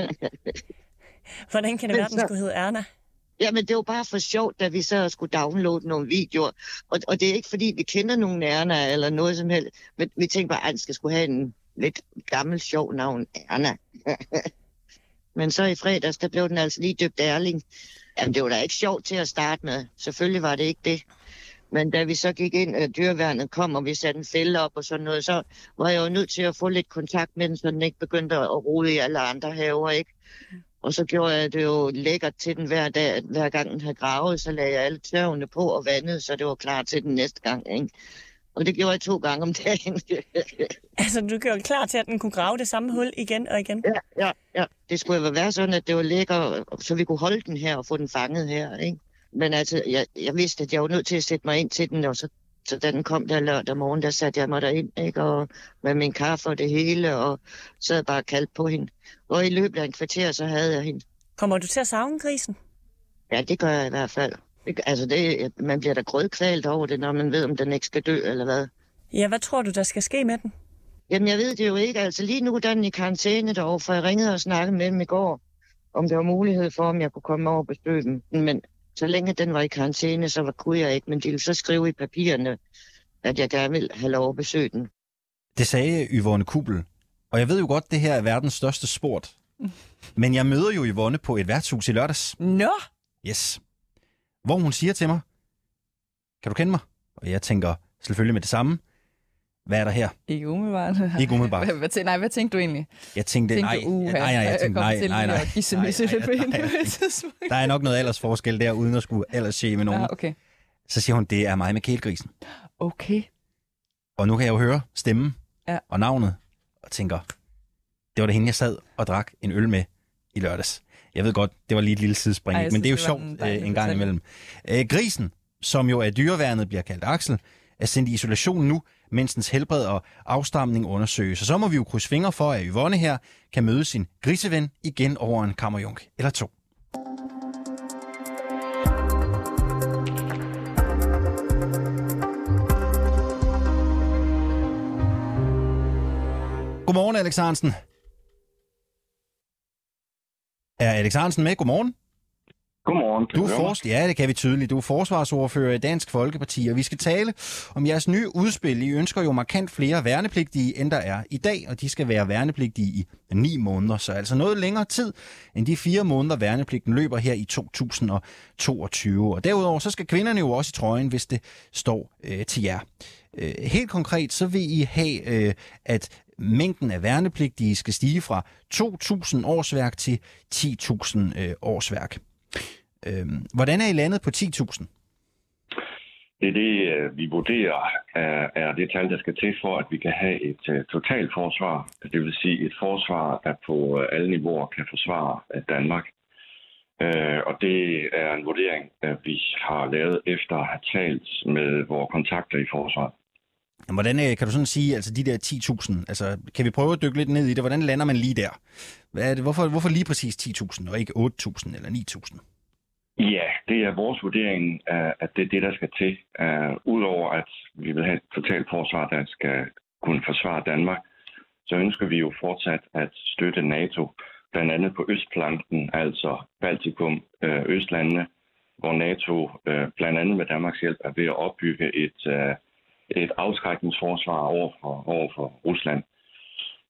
Hvordan kan det være, at den skulle hedde Erna? Jamen, det var bare for sjovt, da vi så skulle downloade nogle videoer. Og, og det er ikke, fordi vi kender nogen Erna eller noget som helst. Men vi tænkte bare, at den skal skulle have en lidt gammel, sjov navn, Erna. Men så i fredags, der blev den altså lige døbt Erling. Jamen, det var da ikke sjovt til at starte med. Selvfølgelig var det ikke det. Men da vi så gik ind, og dyreværnet kom, og vi satte en fælde op og sådan noget, så var jeg jo nødt til at få lidt kontakt med den, så den ikke begyndte at rode i alle andre haver, ikke? Og så gjorde jeg det jo lækkert til den hver dag. Hver gang den havde gravet, så lagde jeg alle tørvene på og vandet, så det var klar til den næste gang, ikke? Og det gjorde jeg to gange om dagen. Altså, du gjorde klar til, at den kunne grave det samme hul igen og igen? Ja, ja, ja. Det skulle jo være sådan, at det var lækkert, så vi kunne holde den her og få den fanget her, ikke? Men altså, jeg, jeg vidste, at jeg var nødt til at sætte mig ind til den, og så, så da den kom der lørdag morgen, der satte jeg mig derind, ikke? Og med min kaffe og det hele, og sad bare kaldt på hende. Og i løbet af en kvarter, så havde jeg hende. Kommer du til at savne grisen? Ja, det gør jeg i hvert fald. Altså, det, man bliver da grødkvalt over det, når man ved, om den ikke skal dø, eller hvad. Ja, hvad tror du, der skal ske med den? Jamen, jeg ved det jo ikke. Altså, lige nu der er den i karantæne derovre, for jeg ringede og snakkede med dem i går, om der var mulighed for, om jeg kunne komme over og besøge dem. Men så længe den var i karantæne, så var, kunne jeg ikke. Men de ville så skrive i papirerne, at jeg gerne ville have lov at besøge den. Det sagde Yvonne Kuppel. Og jeg ved jo godt, det her er verdens største sport. Men jeg møder jo Yvonne på et værtshus i lørdags. Nå! Yes. Hvor hun siger til mig, kan du kende mig? Og jeg tænker selvfølgelig med det samme. Hvad er der her? Ikke umiddelbart. Ikke umiddelbart. Hvad, hvad, nej, hvad tænkte du egentlig? Jeg tænkte, tænkte nej, du, uh, nej, nej, jeg tænkte, nej, nej, nej, nej, nej, nej, der er nok noget aldersforskel der, uden at skulle aldersshame nogen. Ah, okay. Så siger hun, det er mig med kælegrisen. Okay. Og nu kan jeg jo høre stemmen ja. og navnet, og tænker, det var det hende, jeg sad og drak en øl med i lørdags. Jeg ved godt, det var lige et lille sidespring, Ej, men det er jo sjovt en, øh, en gang imellem. Æ, grisen, som jo af dyreværnet bliver kaldt Axel, er sendt i isolation nu, mens dens helbred og afstamning undersøges. Og så må vi jo krydse fingre for, at Yvonne her kan møde sin griseven igen over en kammerjunk eller to. Godmorgen, Alex Ahrendtsen. Er Alex Ahrendtsen med? Godmorgen. Godmorgen. Du er fors- ja, det kan vi tydeligt. Du er forsvarsordfører i Dansk Folkeparti, og vi skal tale om jeres nye udspil. I ønsker jo markant flere værnepligtige, end der er i dag, og de skal være værnepligtige i ni måneder, så altså noget længere tid end de fire måneder, værnepligten løber her i to tusind toogtyve. Og derudover så skal kvinderne jo også i trøjen, hvis det står øh, til jer. Øh, helt konkret så vil I have, øh, at mængden af værnepligtige skal stige fra to tusind årsværk til ti tusind øh, årsværk. Øhm, hvordan er I landet på ti tusind? Det er det, vi vurderer, er det tal, der skal til for, at vi kan have et totalforsvar. Det vil sige et forsvar, der på alle niveauer kan forsvare Danmark. Og det er en vurdering, vi har lavet efter at have talt med vores kontakter i forsvaret. Hvordan kan du sådan sige, altså de der ti tusind, altså kan vi prøve at dykke lidt ned i det? Hvordan lander man lige der? Hvad er det, hvorfor, hvorfor lige præcis ti tusind og ikke otte tusind eller ni tusind? Ja, det er vores vurdering, at det er det, der skal til. Uh, Udover at vi vil have et totalt forsvar, der skal kunne forsvare Danmark, så ønsker vi jo fortsat at støtte NATO, blandt andet på østflanken, altså Baltikum, uh, Østlandene, hvor NATO uh, blandt andet med Danmarks hjælp er ved at opbygge et, uh, et afskrækningsforsvar over for, over for Rusland.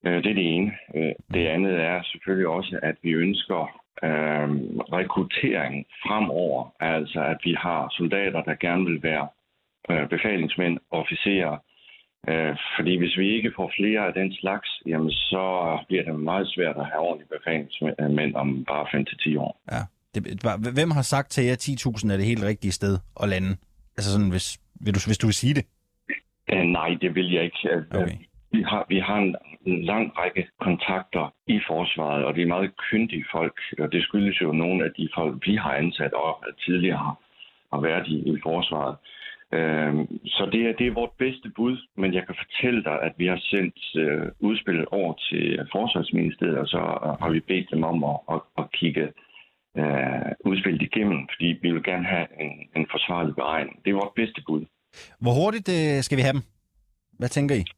Det er det ene. Det andet er selvfølgelig også, at vi ønsker øh, rekruttering fremover. Altså, at vi har soldater, der gerne vil være øh, befalingsmænd, officerer. Øh, fordi hvis vi ikke får flere af den slags, jamen, så bliver det meget svært at have ordentlige befalingsmænd om bare fem til ti år. Ja. Det, hvem har sagt til jer, at ti tusind er det helt rigtige sted at lande? Altså sådan, hvis, vil du, hvis du vil sige det? Øh, nej, det vil jeg ikke. Okay. Vi har, vi har en, en lang række kontakter i forsvaret, og det er meget kyndige folk, og det skyldes jo nogle af de folk, vi har ansat og tidligere har, har været i, i forsvaret. Øhm, så det er, det er vores bedste bud, men jeg kan fortælle dig, at vi har sendt øh, udspillet over til Forsvarsministeriet, og så øh, har vi bedt dem om at, at, at kigge øh, udspillet igennem, fordi vi vil gerne have en, en forsvarlig beregning. Det er vores bedste bud. Hvor hurtigt øh, skal vi have dem? Hvad tænker I?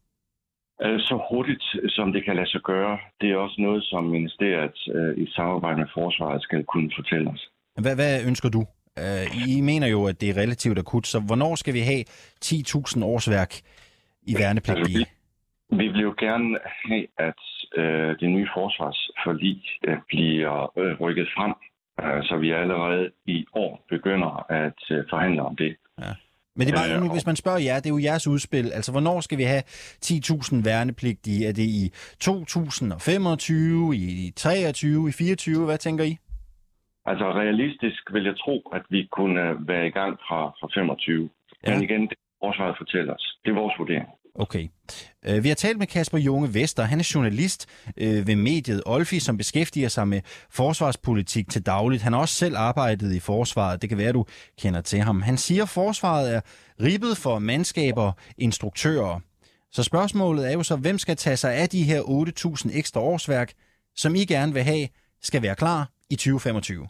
Så hurtigt, som det kan lade sig gøre, det er også noget, som ministeriet øh, i samarbejde med forsvaret skal kunne fortælle os. Hvad, hvad ønsker du? Uh, I mener jo, at det er relativt akut, så hvornår skal vi have ti tusind årsværk i værnepligtige? Altså, vi, vi vil jo gerne have, at øh, det nye forsvarsforlig øh, bliver øh, rykket frem, øh, så vi allerede i år begynder at øh, forhandle om det. Ja. Men det er bare, hvis man spørger jer, det er jo jeres udspil. Altså, hvornår skal vi have ti tusind værnepligtige? Er det i to tusind femogtyve, i treogtyve, i fireogtyve? Hvad tænker I? Altså, realistisk vil jeg tro, at vi kunne være i gang fra, fra femogtyve. Ja. Men igen, det forsvaret fortæller os. Det er vores vurdering. Okay. Uh, vi har talt med Kasper Junge Vester. Han er journalist uh, ved mediet Olfi, som beskæftiger sig med forsvarspolitik til dagligt. Han har også selv arbejdet i forsvaret. Det kan være, du kender til ham. Han siger, at forsvaret er ribbet for mandskaber, instruktører. Så spørgsmålet er jo så, hvem skal tage sig af de her otte tusind ekstra årsværk, som I gerne vil have, skal være klar i tyve femogtyve?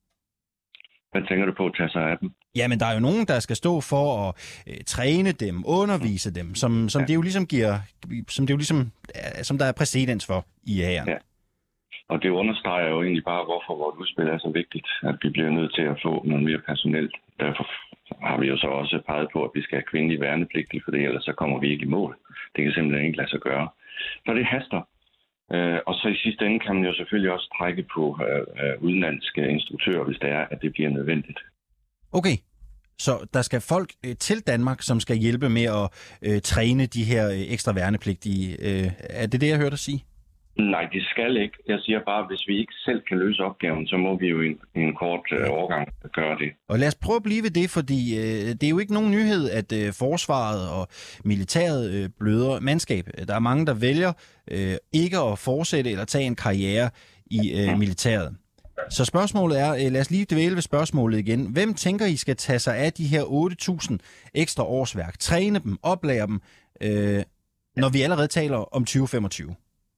Hvad tænker du på at tage sig af dem? Jamen, der er jo nogen, der skal stå for at øh, træne dem, undervise dem, som, som ja. det jo ligesom giver, som det jo ligesom, øh, som der er præcedens for i hæren. Ja. Og det understreger jo egentlig bare, hvorfor vores udspil er så vigtigt, at vi bliver nødt til at få noget mere personelt. Derfor har vi jo så også peget på, at vi skal have kvindelige værnepligtige, for det, ellers så kommer vi ikke i mål. Det kan simpelthen ikke lade sig gøre. Så det haster. Uh, og så i sidste ende kan man jo selvfølgelig også trække på uh, uh, udenlandske instruktører, hvis det er, at det bliver nødvendigt. Okay, så der skal folk uh, til Danmark, som skal hjælpe med at uh, træne de her uh, ekstra værnepligtige. Uh, er det det, jeg hørte dig sige? Nej, det skal ikke. Jeg siger bare, at hvis vi ikke selv kan løse opgaven, så må vi jo i en, i en kort uh, overgang gøre det. Og lad os prøve at blive ved det, fordi uh, det er jo ikke nogen nyhed, at uh, forsvaret og militæret uh, bløder mandskab. Der er mange, der vælger uh, ikke at fortsætte eller tage en karriere i uh, militæret. Så spørgsmålet er, uh, lad os lige dvæle ved spørgsmålet igen. Hvem tænker I skal tage sig af de her otte tusind ekstra årsværk? Træne dem, oplære dem, uh, når vi allerede taler om tyve femogtyve?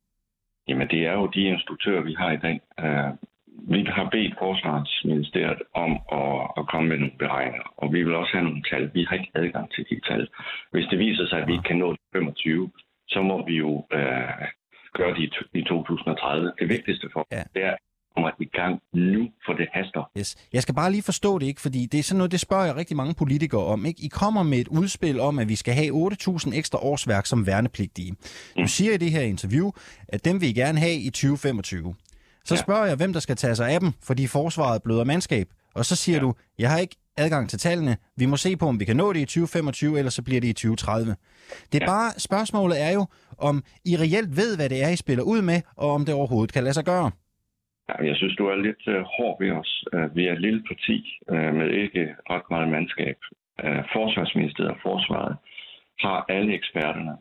Jamen, det er jo de instruktører, vi har i dag. Uh, vi har bedt Forsvarsministeriet om at, at komme med nogle beregninger, og vi vil også have nogle tal. Vi har ikke adgang til de tal. Hvis det viser sig, at vi ikke kan nå femogtyve, så må vi jo uh, gøre det i to tusind og tredive. Det vigtigste for ja. det er, kommer i gang nu, for det haster. Yes. Jeg skal bare lige forstå det, ikke? Fordi det er sådan noget, det spørger jeg rigtig mange politikere om. Ikke? I kommer med et udspil om, at vi skal have otte tusind ekstra årsværk som værnepligtige. Du mm. siger i det her interview, at dem vil I gerne have i tyve femogtyve. Så ja. spørger jeg, hvem der skal tage sig af dem, fordi forsvaret bløder mandskab. Og så siger ja. du, jeg har ikke adgang til tallene. Vi må se på, om vi kan nå det i tyve femogtyve, eller så bliver det i tyve tredive. Det er ja. bare, spørgsmålet er jo, om I reelt ved, hvad det er, I spiller ud med, og om det overhovedet kan lade sig gøre. Jeg synes, du er lidt uh, hård ved os. Uh, vi er et lille parti uh, med ikke ret meget mandskab. Uh, Forsvarsministeriet og Forsvaret har alle eksperterne.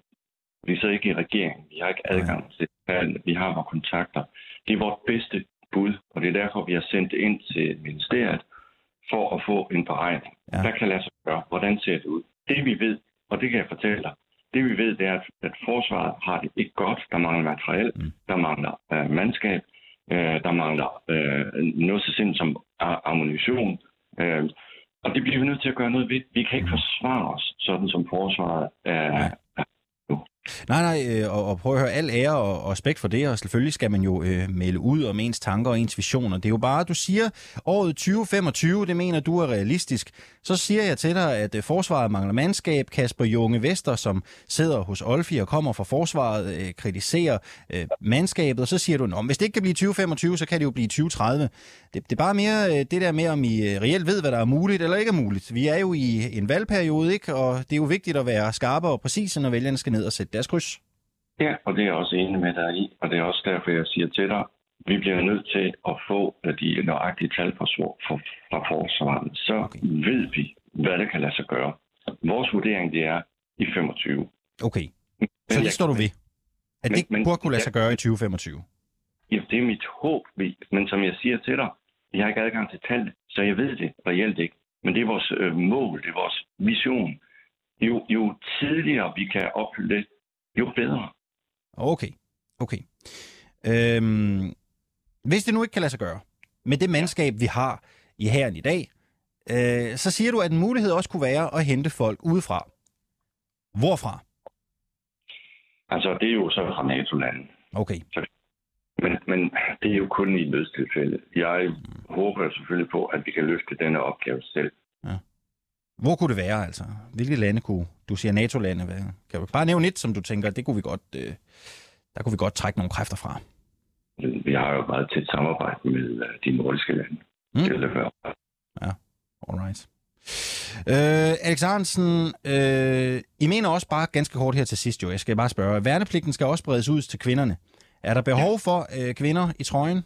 Vi sidder ikke i regeringen. Vi har ikke adgang til det. Vi har vores kontakter. Det er vores bedste bud, og det er derfor, vi har sendt det ind til ministeriet for at få en beregning. Ja. Der kan lade sig gøre. Hvordan ser det ud? Det vi ved, og det kan jeg fortælle dig, det vi ved, det er, at Forsvaret har det ikke godt. Der mangler materiel, mm. der mangler uh, mandskab. Der mangler øh, noget så simpelt som ammunition. Øh, og det bliver vi nødt til at gøre noget ved. Vi kan ikke forsvare os, sådan som forsvaret er. Nej, nej, og, og prøv at høre, al ære og, og respekt for det, og selvfølgelig skal man jo øh, melde ud om ens tanker og ens visioner. Det er jo bare, du siger, året tyve femogtyve, det mener du er realistisk. Så siger jeg til dig, at øh, forsvaret mangler mandskab. Kasper Junge Vester, som sidder hos Olfi og kommer fra forsvaret, øh, kritiserer øh, mandskabet, og så siger du, at hvis det ikke kan blive tyve femogtyve, så kan det jo blive tyve tredive. Det, det er bare mere øh, det der med, om I øh, reelt ved, hvad der er muligt eller ikke er muligt. Vi er jo i en valgperiode, ikke? Og det er jo vigtigt at være skarpe og præcise, når vælgerne skal ned og sætte deres kryds. Ja, og det er jeg også enig med dig i, og det er også derfor, jeg siger til dig, vi bliver nødt til at få de nøjagtige tal fra, fra forsvaret. Så okay. ved vi, hvad det kan lade sig gøre. Vores vurdering, det er i femogtyve. Okay, så det står du ved? At det ikke burde kunne lade sig gøre i tyve femogtyve? Ja, det er mit håb, men som jeg siger til dig, jeg har ikke adgang til tal, så jeg ved det reelt ikke. Men det er vores øh, mål, det er vores vision. Jo, jo tidligere vi kan opfylde det, jo bedre. Okay, okay. Øhm, hvis det nu ikke kan lade sig gøre, med det mandskab, vi har i hæren i dag, øh, så siger du, at en mulighed også kunne være at hente folk udefra. Hvorfra? Altså, det er jo så fra NATO-landet. Okay. Så, men, men det er jo kun i nødstilfælde. Jeg mm. håber selvfølgelig på, at vi kan løfte denne opgave selv. Ja. Hvor kunne det være, altså? Hvilke lande kunne... Du siger NATO-lande. Hvad? Kan du bare nævne et, som du tænker, det kunne vi godt... Øh, der kunne vi godt trække nogle kræfter fra. Vi har jo meget tæt samarbejde med de nordiske lande. Mm. Det vil være. Ja, alright. Øh, Alex Ahrendtsen, øh, I mener også bare ganske kort her til sidst, jo. Jeg skal bare spørge. Værnepligten skal også bredes ud til kvinderne. Er der behov for øh, kvinder i trøjen?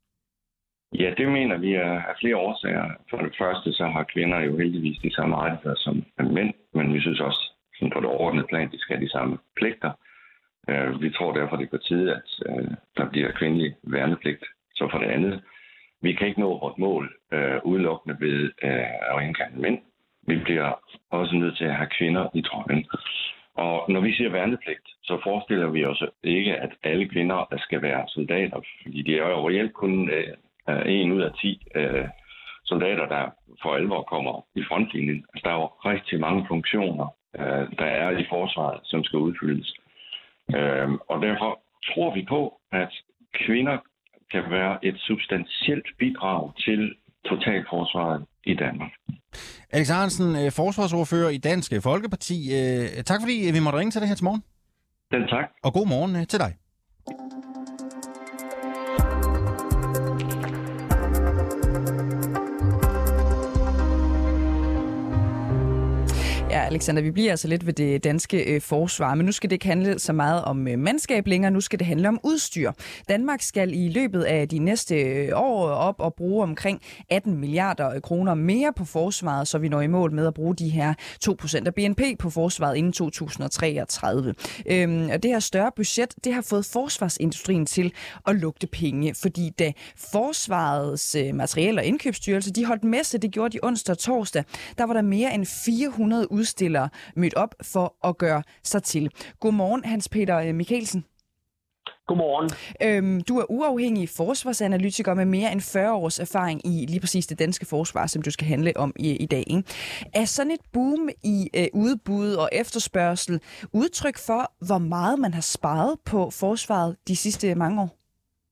Ja, det mener vi af flere årsager. For det første, så har kvinder jo heldigvis de samme rettigheder som mænd, men vi synes også, sådan på det overordnede plan, de skal have de samme pligter. Vi tror derfor, det er på tide, at der bliver kvindelig værnepligt. Så for det andet, vi kan ikke nå vores mål udelukkende ved at indkalde mænd. Vi bliver også nødt til at have kvinder i trøjen. Og når vi siger værnepligt, så forestiller vi os ikke, at alle kvinder skal være soldater, fordi de er jo reelt kun en ud af ti øh, soldater, der for alvor kommer i frontlinjen. Altså, der er jo rigtig mange funktioner, øh, der er i forsvaret, som skal udfyldes. Øh, og derfor tror vi på, at kvinder kan være et substantielt bidrag til totalforsvaret i Danmark. Alex Ahrendtsen, forsvarsordfører i Dansk Folkeparti. Tak fordi vi måtte ringe til dig her til morgen. Den tak. Og god morgen til dig. Ja, Alexander, vi bliver altså lidt ved det danske øh, forsvar, men nu skal det ikke handle så meget om øh, mandskab længere, nu skal det handle om udstyr. Danmark skal i løbet af de næste øh, år op og bruge omkring atten milliarder kroner mere på forsvaret, så vi når i mål med at bruge de her to procent af B N P på forsvaret inden to tusind og treogtredive. Øhm, og det her større budget, det har fået forsvarsindustrien til at lugte penge, fordi da Forsvarets øh, materiel- og indkøbsstyrelse, de holdt messe, det gjorde de onsdag og torsdag, der var der mere end fire hundrede udstillere mødt op for at gøre sig til. Godmorgen, Hans Peter Michaelsen. Godmorgen. Øhm, du er uafhængig forsvarsanalytiker med mere end fyrre års erfaring i lige præcis det danske forsvar, som du skal handle om i, i dag. Ikke? Er sådan et boom i øh, udbud og efterspørgsel udtryk for, hvor meget man har sparet på forsvaret de sidste mange år?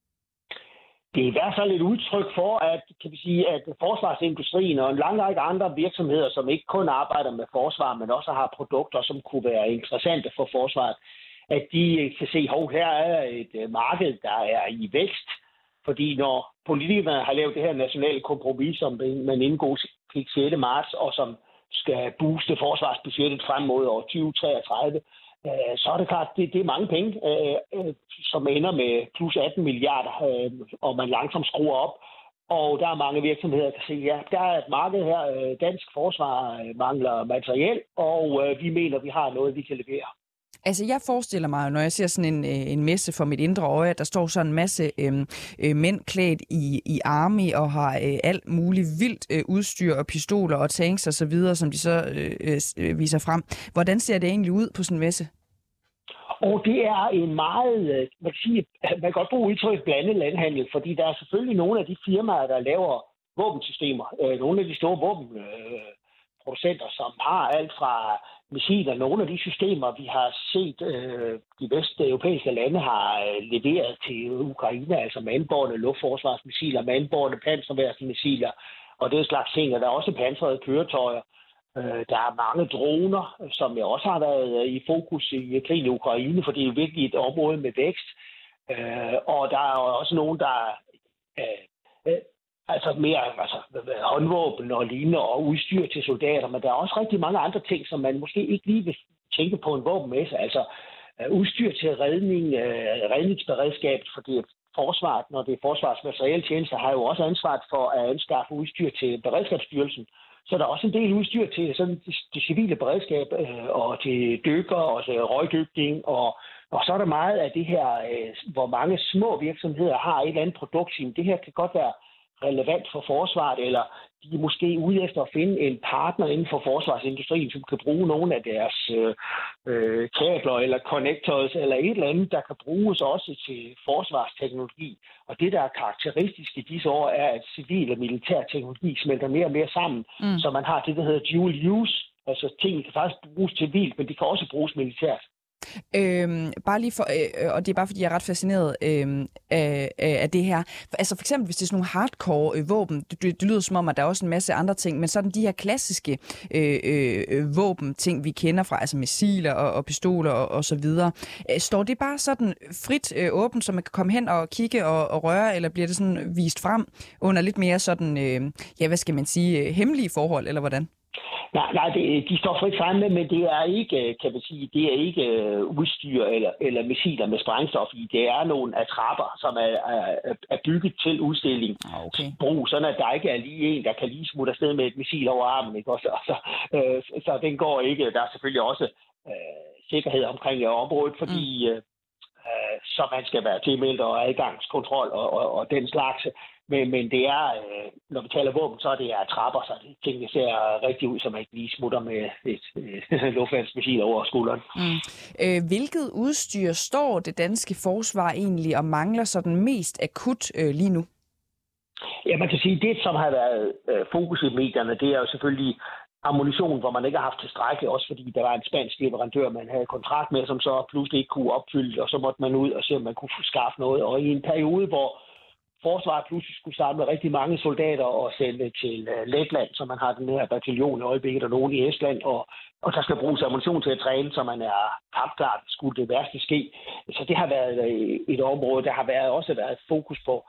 Det er i hvert fald et udtryk for, at, kan vi sige, at forsvarsindustrien og en lang række andre virksomheder, som ikke kun arbejder med forsvar, men også har produkter, som kunne være interessante for forsvaret, at de kan se, at her er et marked, der er i vækst. Fordi når politikerne har lavet det her nationale kompromis, som man indgik sjette marts, og som skal booste forsvarsbudgettet frem mod år tyve treogtredive, så er det klart, det, det er mange penge, øh, som ender med plus atten milliarder, øh, og man langsomt skruer op. Og der er mange virksomheder, der siger, ja, der er et marked her, dansk forsvar mangler materiel, og øh, vi mener, vi har noget, vi kan levere. Altså, jeg forestiller mig, når jeg ser sådan en, en messe for mit indre øje, at der står sådan en masse øh, øh, mænd klædt i, i army og har øh, alt muligt vildt øh, udstyr og pistoler og tanks og så videre, som de så øh, øh, viser frem. Hvordan ser det egentlig ud på sådan en messe? Og det er en meget, man kan sige, man kan godt bruge udtryk blandet landhandel, fordi der er selvfølgelig nogle af de firmaer, der laver våbensystemer. Nogle af de store våbenproducenter, som har alt fra missiler. Nogle af de systemer, vi har set, øh, de vesteuropæiske lande har øh, leveret til Ukraine, altså mandbårne luftforsvarsmissiler, mandbårne panserværnsmissiler, og det er slags ting, og der er også pansrede køretøjer. Øh, der er mange droner, som jo også har været i fokus i krigen i Ukraine, for det er jo virkelig et område med vækst. Øh, og der er også nogen, der øh, øh, altså mere altså, håndvåben og lignende og udstyr til soldater, men der er også rigtig mange andre ting, som man måske ikke lige vil tænke på en våbenmesse. Altså uh, udstyr til redning, uh, redningsberedskab, fordi forsvaret, når det er forsvarsmaterieltjenester, har jo også ansvaret for at anskaffe udstyr til Beredskabsstyrelsen. Så der er også en del udstyr til sådan det, det civile beredskab uh, og til dykker og til røgdykning og Og så er der meget af det her, uh, hvor mange små virksomheder har et eller andet produkt. Det her kan godt være relevant for forsvaret, eller de er måske ude efter at finde en partner inden for forsvarsindustrien, som kan bruge nogle af deres øh, øh, kabler eller connectors, eller et eller andet, der kan bruges også til forsvarsteknologi. Og det, der er karakteristisk i disse år, er, at civil og militær teknologi smelter mere og mere sammen, mm. så man har det, der hedder dual use. Altså ting kan faktisk bruges civilt, men de kan også bruges militært. Øhm, bare lige for, øh, og det er bare fordi jeg er ret fascineret øh, af, af det her. Altså for eksempel hvis det er sådan nogle hardcore øh, våben, det, det lyder som om at der er også en masse andre ting, men sådan de her klassiske øh, øh, våben ting vi kender fra, altså missiler og, og pistoler og, og så videre. Øh, står det bare sådan frit øh, åbent, så man kan komme hen og kigge og, og røre, eller bliver det sådan vist frem under lidt mere sådan, øh, ja hvad skal man sige, hemmelige forhold, eller hvordan? Nej, nej det, de står frit fremme, men det er ikke, kan man sige, det er ikke udstyr eller, eller missiler med sprængstof i. Det er nogle attrapper, som er, er, er bygget til udstilling. Okay. Brug, sådan at der ikke er lige en, der kan lige smutte afsted med et missil over armen. Ikke? Også, så, øh, så den går ikke. Der er selvfølgelig også øh, sikkerhed omkring området, fordi mm. øh, så man skal være tilmeldt og adgangskontrol og, og, og den slags. Men, men det er, øh, når vi taler våben, så er det attrapper, så det tingene ser rigtig ud, som man ikke lige smutter med et øh, luftværnsmissil over skulderen. Mm. Øh, hvilket udstyr står det danske forsvar egentlig og mangler sådan mest akut øh, lige nu? Ja, man kan sige, det som har været øh, fokus i medierne, det er jo selvfølgelig ammunition, hvor man ikke har haft tilstrækkeligt, også fordi der var en spansk leverandør, man havde kontrakt med, som så pludselig ikke kunne opfylde, og så måtte man ud og se, om man kunne skaffe noget. Og i en periode, hvor forsvaret pludselig skulle samle rigtig mange soldater og sende til uh, Letland, så man har den her bataljon i øjeblikket, og nogen i Estland, og, og der skal bruges ammunition til at træne, så man er kampklar, skulle det værste ske. Så det har været uh, et område, der har været, også været fokus på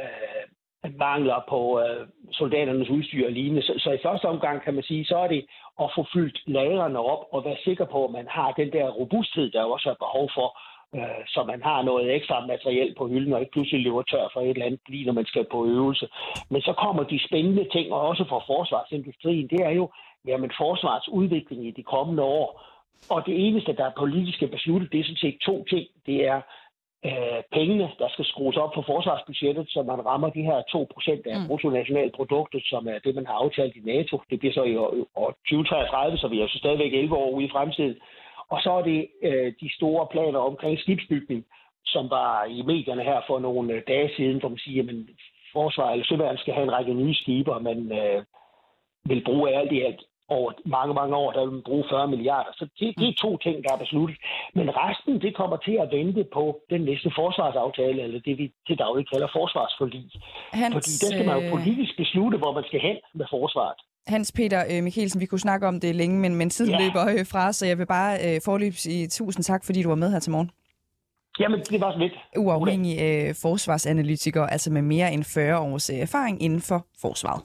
uh, mangler på uh, soldaternes udstyr og lignende. Så, så i første omgang kan man sige, så er det at få fyldt lagrene op og være sikker på, at man har den der robusthed, der også er behov for, så man har noget ekstra materiel på hylden, og ikke pludselig løber tør for et eller andet, lige når man skal på øvelse. Men så kommer de spændende ting, og også for forsvarsindustrien, det er jo jamen, forsvarets udvikling i de kommende år. Og det eneste, der er politisk besluttet, det er sådan set to ting. Det er øh, pengene, der skal skrues op på forsvarsbudgettet, så man rammer de her to procent af bruttonationalproduktet, som er det, man har aftalt i NATO. Det bliver så i år tyve treogtredive, så vi er så stadigvæk elleve år ude i fremtiden. Og så er det øh, de store planer omkring skibsbygning, som var i medierne her for nogle dage siden, hvor man siger, at forsvar eller søværn skal have en række nye skibe, og man øh, vil bruge alt i alt over mange, mange år, der vil man bruge fyrre milliarder. Så det, det er to ting, der er besluttet. Men resten, det kommer til at vente på den næste forsvarsaftale, eller det vi til daglig kalder forsvarsforlig. Hans, Fordi der skal man jo politisk beslutte, hvor man skal hen med forsvaret. Hans Peter øh, Michelsen, vi kunne snakke om det længe, men, men tiden ja. løber øh, fra, så jeg vil bare øh, forløbe sige tusind tak, fordi du var med her til morgen. Jamen, det var så lidt. Uafhængig øh, forsvarsanalytiker, altså med mere end fyrre års øh, erfaring inden for forsvaret.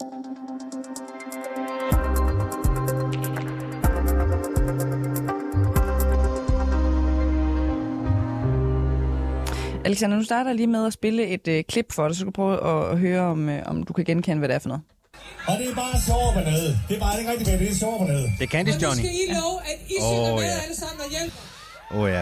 Alexander, nu starter jeg lige med at spille et øh, klip for dig, så du kan prøve at, at høre, om, øh, om du kan genkende, hvad det er for noget. Og det er bare sjovt på nede. Det er bare ikke rigtig med, det er sjovt på nede. Det er Candice Johnny. Men nu skal I love, at I oh, sætter med ja. alle sammen og hjælper. Åh oh, ja.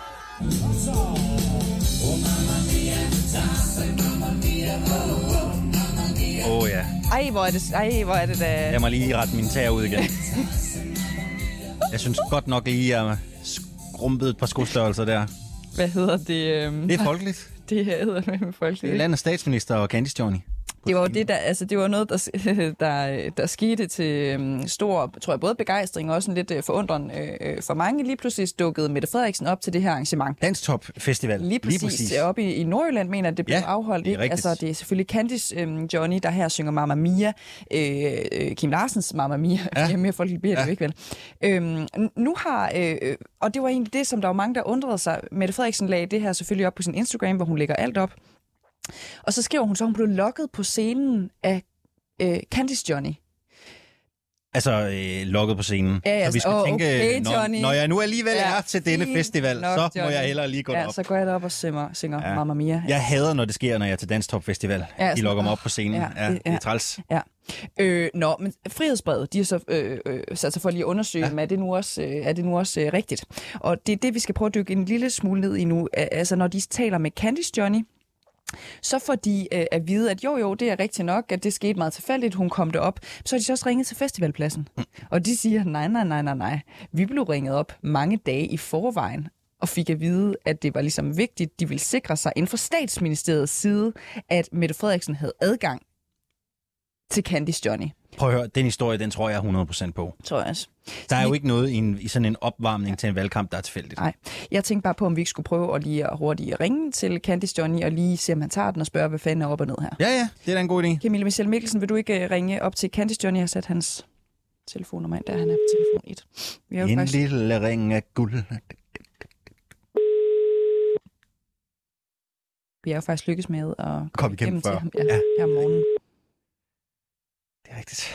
Åh oh, ja. Ej, hvor er det, ej, hvor er det da... Jeg må lige rette min tæer ud igen. Jeg synes godt nok lige, at jeg skrumpede et par skostørrelser der. Hvad hedder det? Um... Det er folkeligt. Det hedder det med folkeligt. Det er landets statsminister og Candice Johnny. Det var jo det, der, altså, det var noget, der, der, der skete til um, stor, tror jeg, både begejstring og også en lidt uh, forundring uh, for mange. Lige pludselig dukkede Mette Frederiksen op til det her arrangement. Danstop Festival. Lige præcis. Lige præcis. Oppe i, i Nordjylland, mener at det blev ja, afholdt. Det er rigtigt. Altså, det er selvfølgelig Candice um, Johnny, der her synger Mamma Mia. Uh, Kim Larsens Mamma Mia. Ja. Mere folk bliver det ja. ikke vel. Um, nu har, uh, og det var egentlig det, som der var mange, der undrede sig. Mette Frederiksen lagde det her selvfølgelig op på sin Instagram, hvor hun lægger alt op. Og så skriver hun så, hun blev lokket på scenen af øh, Candice Johnny. Altså øh, lokket på scenen. Ja, ja, så vi skal oh, tænke, okay, når, når jeg nu alligevel ja, er til denne festival, nok, så må Johnny. jeg hellere lige gå ja, op. så går jeg derop og synger, synger ja. Mamma Mia. Jeg hader, når det sker, når jeg er til Danstop Festival. Ja, de lokker mig op på scenen. Ja, ja, det, ja. det er træls. Ja. Øh, nå, men Frihedsbrevet, de har så øh, øh, sat sig for lige at undersøge, ja. er det nu også, øh, er det nu også øh, rigtigt? Og det er det, vi skal prøve at dykke en lille smule ned i nu. Altså, når de taler med Candice Johnny, så får de øh, at vide, at jo, jo, det er rigtigt nok, at det skete meget tilfældigt, hun kom derop. Så har de så også ringet til festivalpladsen. Mm. Og de siger, nej, nej, nej, nej, nej. Vi blev ringet op mange dage i forvejen, og fik at vide, at det var ligesom vigtigt, de ville sikre sig inden for Statsministeriets side, at Mette Frederiksen havde adgang til Candice Johnny. Prøv at høre, den historie, den tror jeg er hundrede procent på. Tror jeg også. Der er jo ikke noget i, en, i sådan en opvarmning til en valgkamp, der er tilfældigt. Nej, jeg tænkte bare på, om vi ikke skulle prøve at lige hurtigt ringe til Candice Johnny, og lige se, om han tager den og spørge, hvad fanden er op og ned her. Ja, ja, det er da en god idé. Camilla Michelle Mikkelsen, vil du ikke ringe op til Candice Johnny? Jeg har sat hans telefonnummer ind, der han er på telefon et. Vi er en faktisk... lille ring af guld. Vi er jo faktisk lykkes med at komme igennem til før. ham ja, ja. her om morgenen. Det er rigtigt.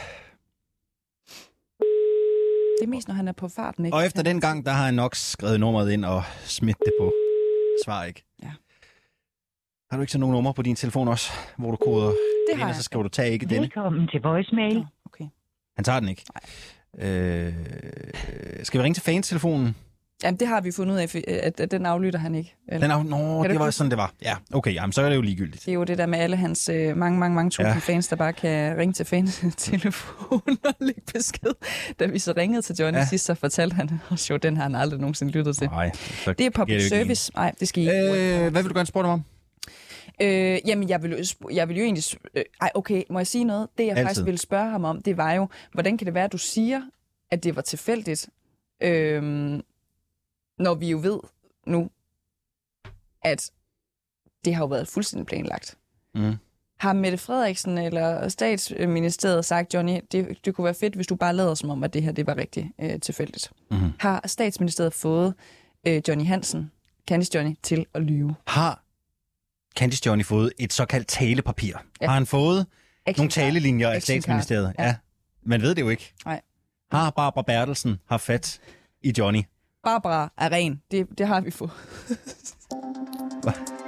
Det er mest, når han er på farten, ikke? Og efter den gang, der har han nok skrevet nummeret ind og smidt det på. Svar ikke. Ja. Har du ikke så nogen nummer på din telefon også, hvor du koder? Det har jeg. Så skal du tage ikke denne. Velkommen til voicemail. Oh, okay. Han tager den ikke. Øh, skal vi ringe til fans-telefonen? Jamen, det har vi fundet ud af, at, at den aflytter han ikke. Den af... Nå, det var sådan, det var. Ja, okay, jamen, så er det jo ligegyldigt. Det er jo det der med alle hans øh, mange, mange, mange tusind ja. fans, der bare kan ringe til fans-telefonen og lægge besked. Da vi så ringede til Johnny ja. sidst, så fortalte han, at jo, den har han aldrig nogensinde lyttet til. Nej, det er public det service. Nej, det skal I ikke. Øh, hvad vil du gerne spørge dem om? Øh, jamen, jeg vil, jo, jeg vil jo egentlig... Øh, ej, okay, må jeg sige noget? Det, jeg Altid. faktisk ville spørge ham om, det var jo, hvordan kan det være, at du siger, at det var tilfældigt? Øh, når vi jo ved nu, at det har jo været fuldstændig planlagt. Mm. Har Mette Frederiksen eller Statsministeriet sagt, Johnny, det, det kunne være fedt, hvis du bare lader som om, at det her det var rigtig øh, tilfældigt. Mm. Har Statsministeriet fået øh, Johnny Hansen, Candice Johnny, til at lyve? Har Candice Johnny fået et såkaldt talepapir? Ja. Har han fået Action nogle talelinjer af Statsministeriet? Ja. ja. Man ved det jo ikke. Nej. Har Barbara Bertelsen haft fat i Johnny? Barbara er ren. Det, det har vi fået. Hvad?